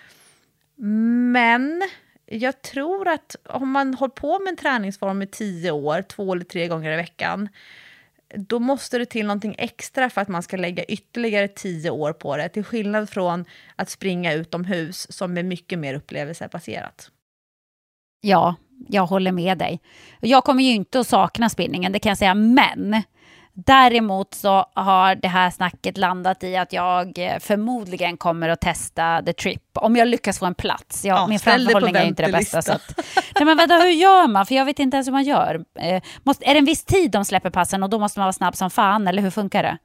Men jag tror att om man håller på med en träningsform i 10 år, 2 eller 3 gånger i veckan, då måste det till någonting extra för att man ska lägga ytterligare 10 år på det. Till skillnad från att springa utomhus som är mycket mer upplevelsebaserat. Ja, jag håller med dig. Jag kommer ju inte att sakna spinningen, det kan jag säga. Men däremot så har det här snacket landat i att jag förmodligen kommer att testa The Trip. Om jag lyckas få en plats. Min framförhållning är inte det bästa. Så att, nej men vänta, hur gör man? För jag vet inte ens hur man gör. Är det en viss tid de släpper passen och då måste man vara snabb som fan? Eller hur funkar det?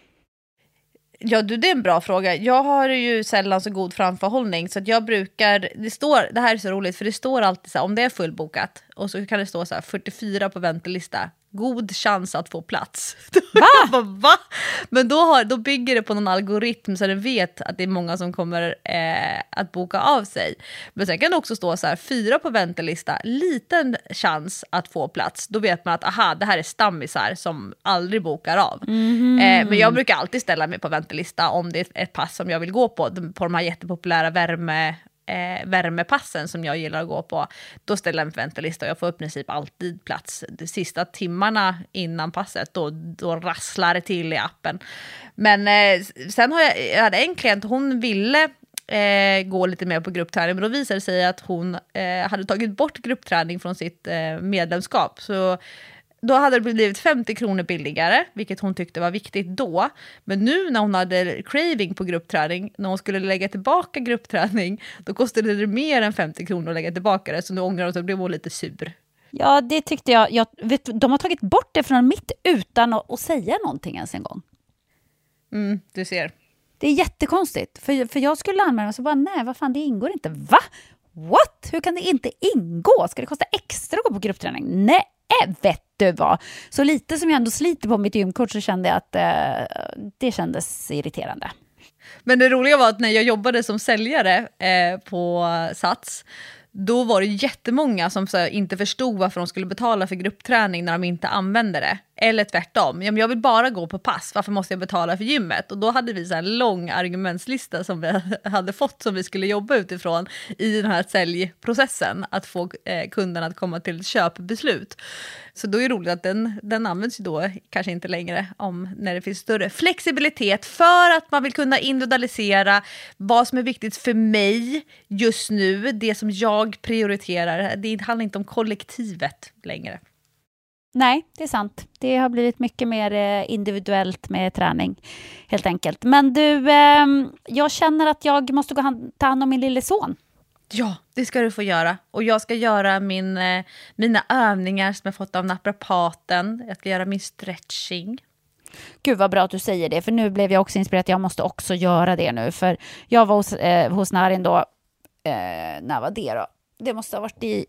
Ja, det är en bra fråga. Jag har ju sällan så god framförhållning så att jag brukar, det här är så roligt för det står alltid så här, om det är fullbokat och så kan det stå så här 44 på väntelista, god chans att få plats. Va? Men då bygger det på någon algoritm så den vet att det är många som kommer att boka av sig. Men sen kan det också stå så här 4 på väntelista, liten chans att få plats. Då vet man att det här är stammisar som aldrig bokar av. Men jag brukar alltid ställa mig på väntelista om det är ett pass som jag vill gå på de här jättepopulära värmepassen som jag gillar att gå på. Då ställer jag mig på väntelista och jag får i princip alltid plats. De sista timmarna innan passet då rasslar det till i appen. Men sen jag hade en klient, hon ville gå lite mer på gruppträning, men då visade det sig att hon hade tagit bort gruppträning från sitt medlemskap. Så då hade det blivit 50 kronor billigare, vilket hon tyckte var viktigt då. Men nu när hon hade craving på gruppträning, när hon skulle lägga tillbaka gruppträning, då kostade det mer än 50 kronor att lägga tillbaka det. Så nu ångrar hon att blev hon lite sur. Ja, det tyckte jag. De har tagit bort det från mitt utan att säga någonting ens en gång. Du ser. Det är jättekonstigt. För jag skulle anmäla så bara, nej, vad fan, det ingår inte. Va? What? Hur kan det inte ingå? Ska det kosta extra att gå på gruppträning? Nej, vet du vad? Så lite som jag ändå sliter på mitt gymkort så kände jag att det kändes irriterande. Men det roliga var att när jag jobbade som säljare på Sats, då var det jättemånga som inte förstod varför de skulle betala för gruppträning när de inte använde det. Eller tvärtom. Jag vill bara gå på pass. Varför måste jag betala för gymmet? Och då hade vi så en lång argumentslista som vi hade fått som vi skulle jobba utifrån i den här säljprocessen. Att få kunden att komma till ett köpbeslut. Så då är det roligt att den används ju då kanske inte längre när det finns större flexibilitet för att man vill kunna individualisera vad som är viktigt för mig just nu. Det som jag prioriterar. Det handlar inte om kollektivet längre. Nej, det är sant. Det har blivit mycket mer individuellt med träning, helt enkelt. Men du, jag känner att jag måste ta hand om min lille son. Ja, det ska du få göra. Och jag ska göra mina övningar som jag fått av naprapaten. Jag ska göra min stretching. Gud vad bra att du säger det, för nu blev jag också inspirerad att jag måste också göra det nu. För jag var hos Narin då, när var det då? Det måste ha varit i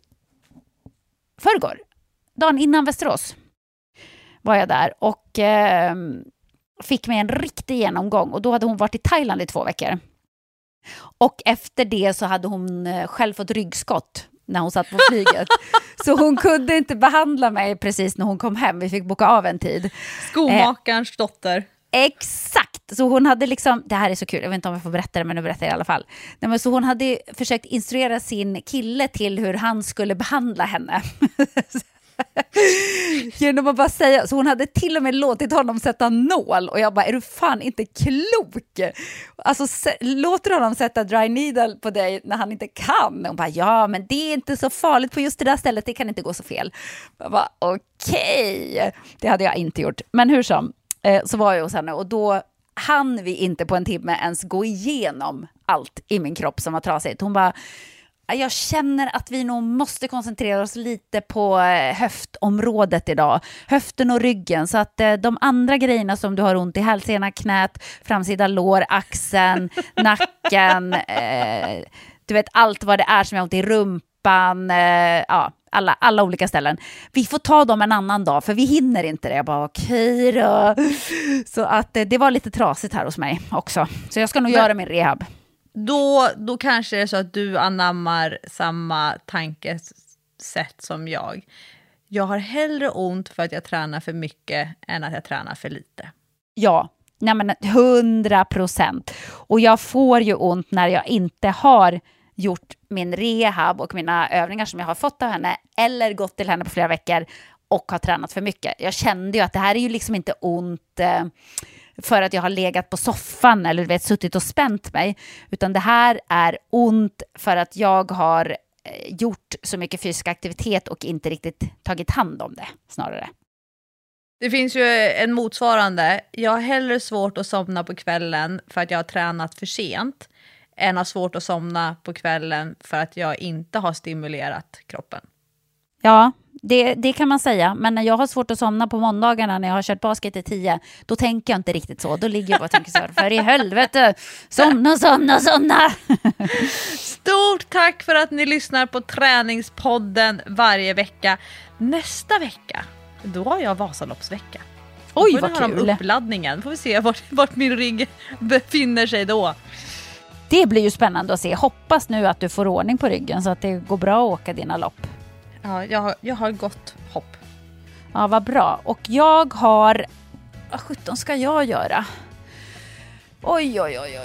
förrgår. Dagen innan Västerås var jag där och fick mig en riktig genomgång och då hade hon varit i Thailand i 2 veckor. Och efter det så hade hon själv fått ryggskott när hon satt på flyget. Så hon kunde inte behandla mig precis när hon kom hem. Vi fick boka av en tid. Skomakarens dotter. Exakt, så hon hade liksom, det här är så kul, jag vet inte om jag får berätta det, men nu berättar jag i alla fall. Nej, men så hon hade försökt instruera sin kille till hur han skulle behandla henne. Genom att bara säga, så hon hade till och med låtit honom sätta nål och jag bara, är du fan inte klok? Alltså låter honom sätta dry needle på dig när han inte kan? Och bara, ja men det är inte så farligt på just det där stället, det kan inte gå så fel. Jag bara, okej. Det hade jag inte gjort, men hur som. Så var jag hos henne och då hann vi inte på en timme ens gå igenom allt i min kropp som var trasigt. Hon bara, jag känner att vi nog måste koncentrera oss lite på höftområdet idag. Höften och ryggen. Så att de andra grejerna som du har ont i, hälsena, knät, framsida lår, axeln, nacken, du vet allt vad det är som jag har ont i, rumpan, ja, alla olika ställen. Vi får ta dem en annan dag för vi hinner inte det. Jag bara okej då. Så att det var lite trasigt här hos mig också. Så jag ska nog göra min rehab. Då kanske det är så att du anammar samma tankesätt som jag. Jag har hellre ont för att jag tränar för mycket än att jag tränar för lite. Ja, nej men 100%. Och jag får ju ont när jag inte har gjort min rehab och mina övningar som jag har fått av henne eller gått till henne på flera veckor och har tränat för mycket. Jag kände ju att det här är ju liksom inte ont för att jag har legat på soffan eller vet, suttit och spänt mig, utan det här är ont för att jag har gjort så mycket fysisk aktivitet och inte riktigt tagit hand om det snarare. Det finns ju en motsvarande. Jag har hellre svårt att somna på kvällen för att jag har tränat för sent än har svårt att somna på kvällen för att jag inte har stimulerat kroppen. Ja, det kan man säga. Men när jag har svårt att somna på måndagarna när jag har kört basket i 10, då tänker jag inte riktigt så. Då ligger jag och tänker så här, för i helvete, somna. Stort tack för att ni lyssnar på Träningspodden varje vecka. Nästa vecka, då har jag Vasaloppsvecka. Oj, vad kul. Uppladdningen. Får vi se vart min rygg befinner sig då. Det blir ju spännande att se. Hoppas nu att du får ordning på ryggen så att det går bra att åka dina lopp. Ja, jag har gott hopp. Ja, vad bra. Och jag har... Vad 17 ska jag göra? Oj.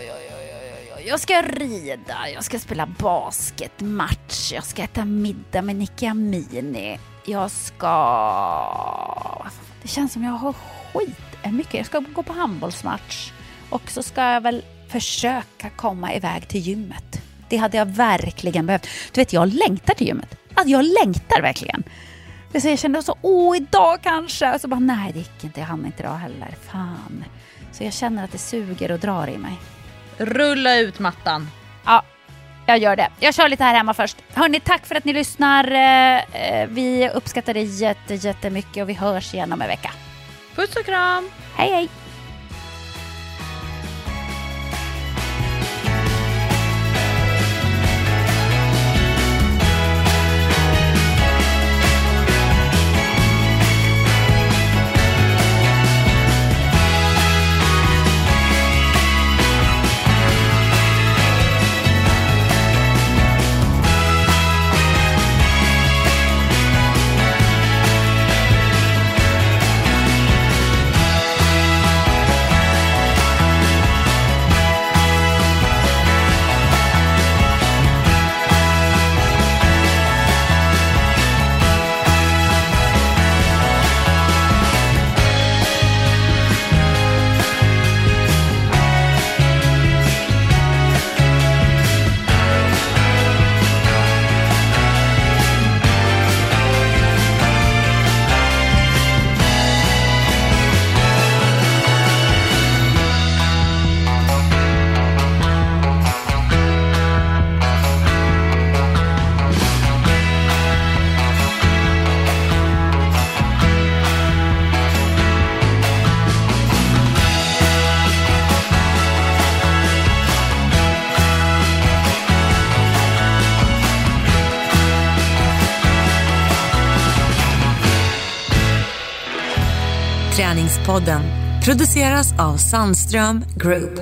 Jag ska rida, jag ska spela basketmatch, jag ska äta middag med Nicky Amini. Jag ska... Det känns som jag har mycket. Jag ska gå på handbollsmatch. Och så ska jag väl försöka komma iväg till gymmet. Det hade jag verkligen behövt. Du vet, jag längtar till gymmet. Alltså, jag längtar verkligen. Så jag kände så, idag kanske. Och så bara, nej det gick inte. Jag hann inte idag heller. Fan. Så jag känner att det suger och drar i mig. Rulla ut mattan. Ja, jag gör det. Jag kör lite här hemma först. Hörrni, tack för att ni lyssnar. Vi uppskattar det jättemycket och vi hörs igen om en vecka. Puss och kram. Hej, hej. Träningspodden Produceras av Sandström Group.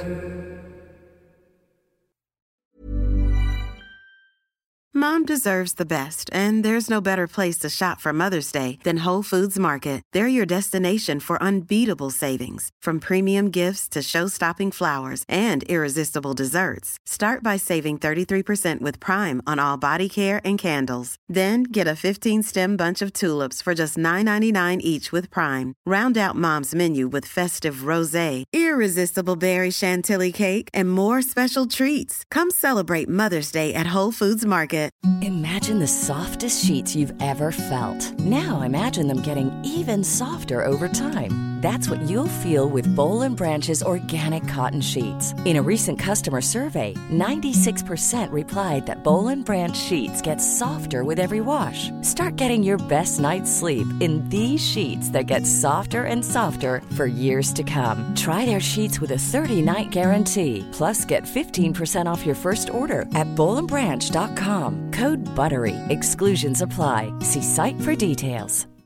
Mom deserves the best, and there's no better place to shop for Mother's Day than Whole Foods Market. They're your destination for unbeatable savings, from premium gifts to show-stopping flowers and irresistible desserts. Start by saving 33% with Prime on all body care and candles. Then get a 15-stem bunch of tulips for just $9.99 each with Prime. Round out Mom's menu with festive rosé, irresistible berry chantilly cake, and more special treats. Come celebrate Mother's Day at Whole Foods Market. Imagine the softest sheets you've ever felt. Now imagine them getting even softer over time. That's what you'll feel with Boll & Branch's organic cotton sheets. In a recent customer survey, 96% replied that Boll & Branch sheets get softer with every wash. Start getting your best night's sleep in these sheets that get softer and softer for years to come. Try their sheets with a 30-night guarantee. Plus, get 15% off your first order at bollandbranch.com. Code BUTTERY. Exclusions apply. See site for details.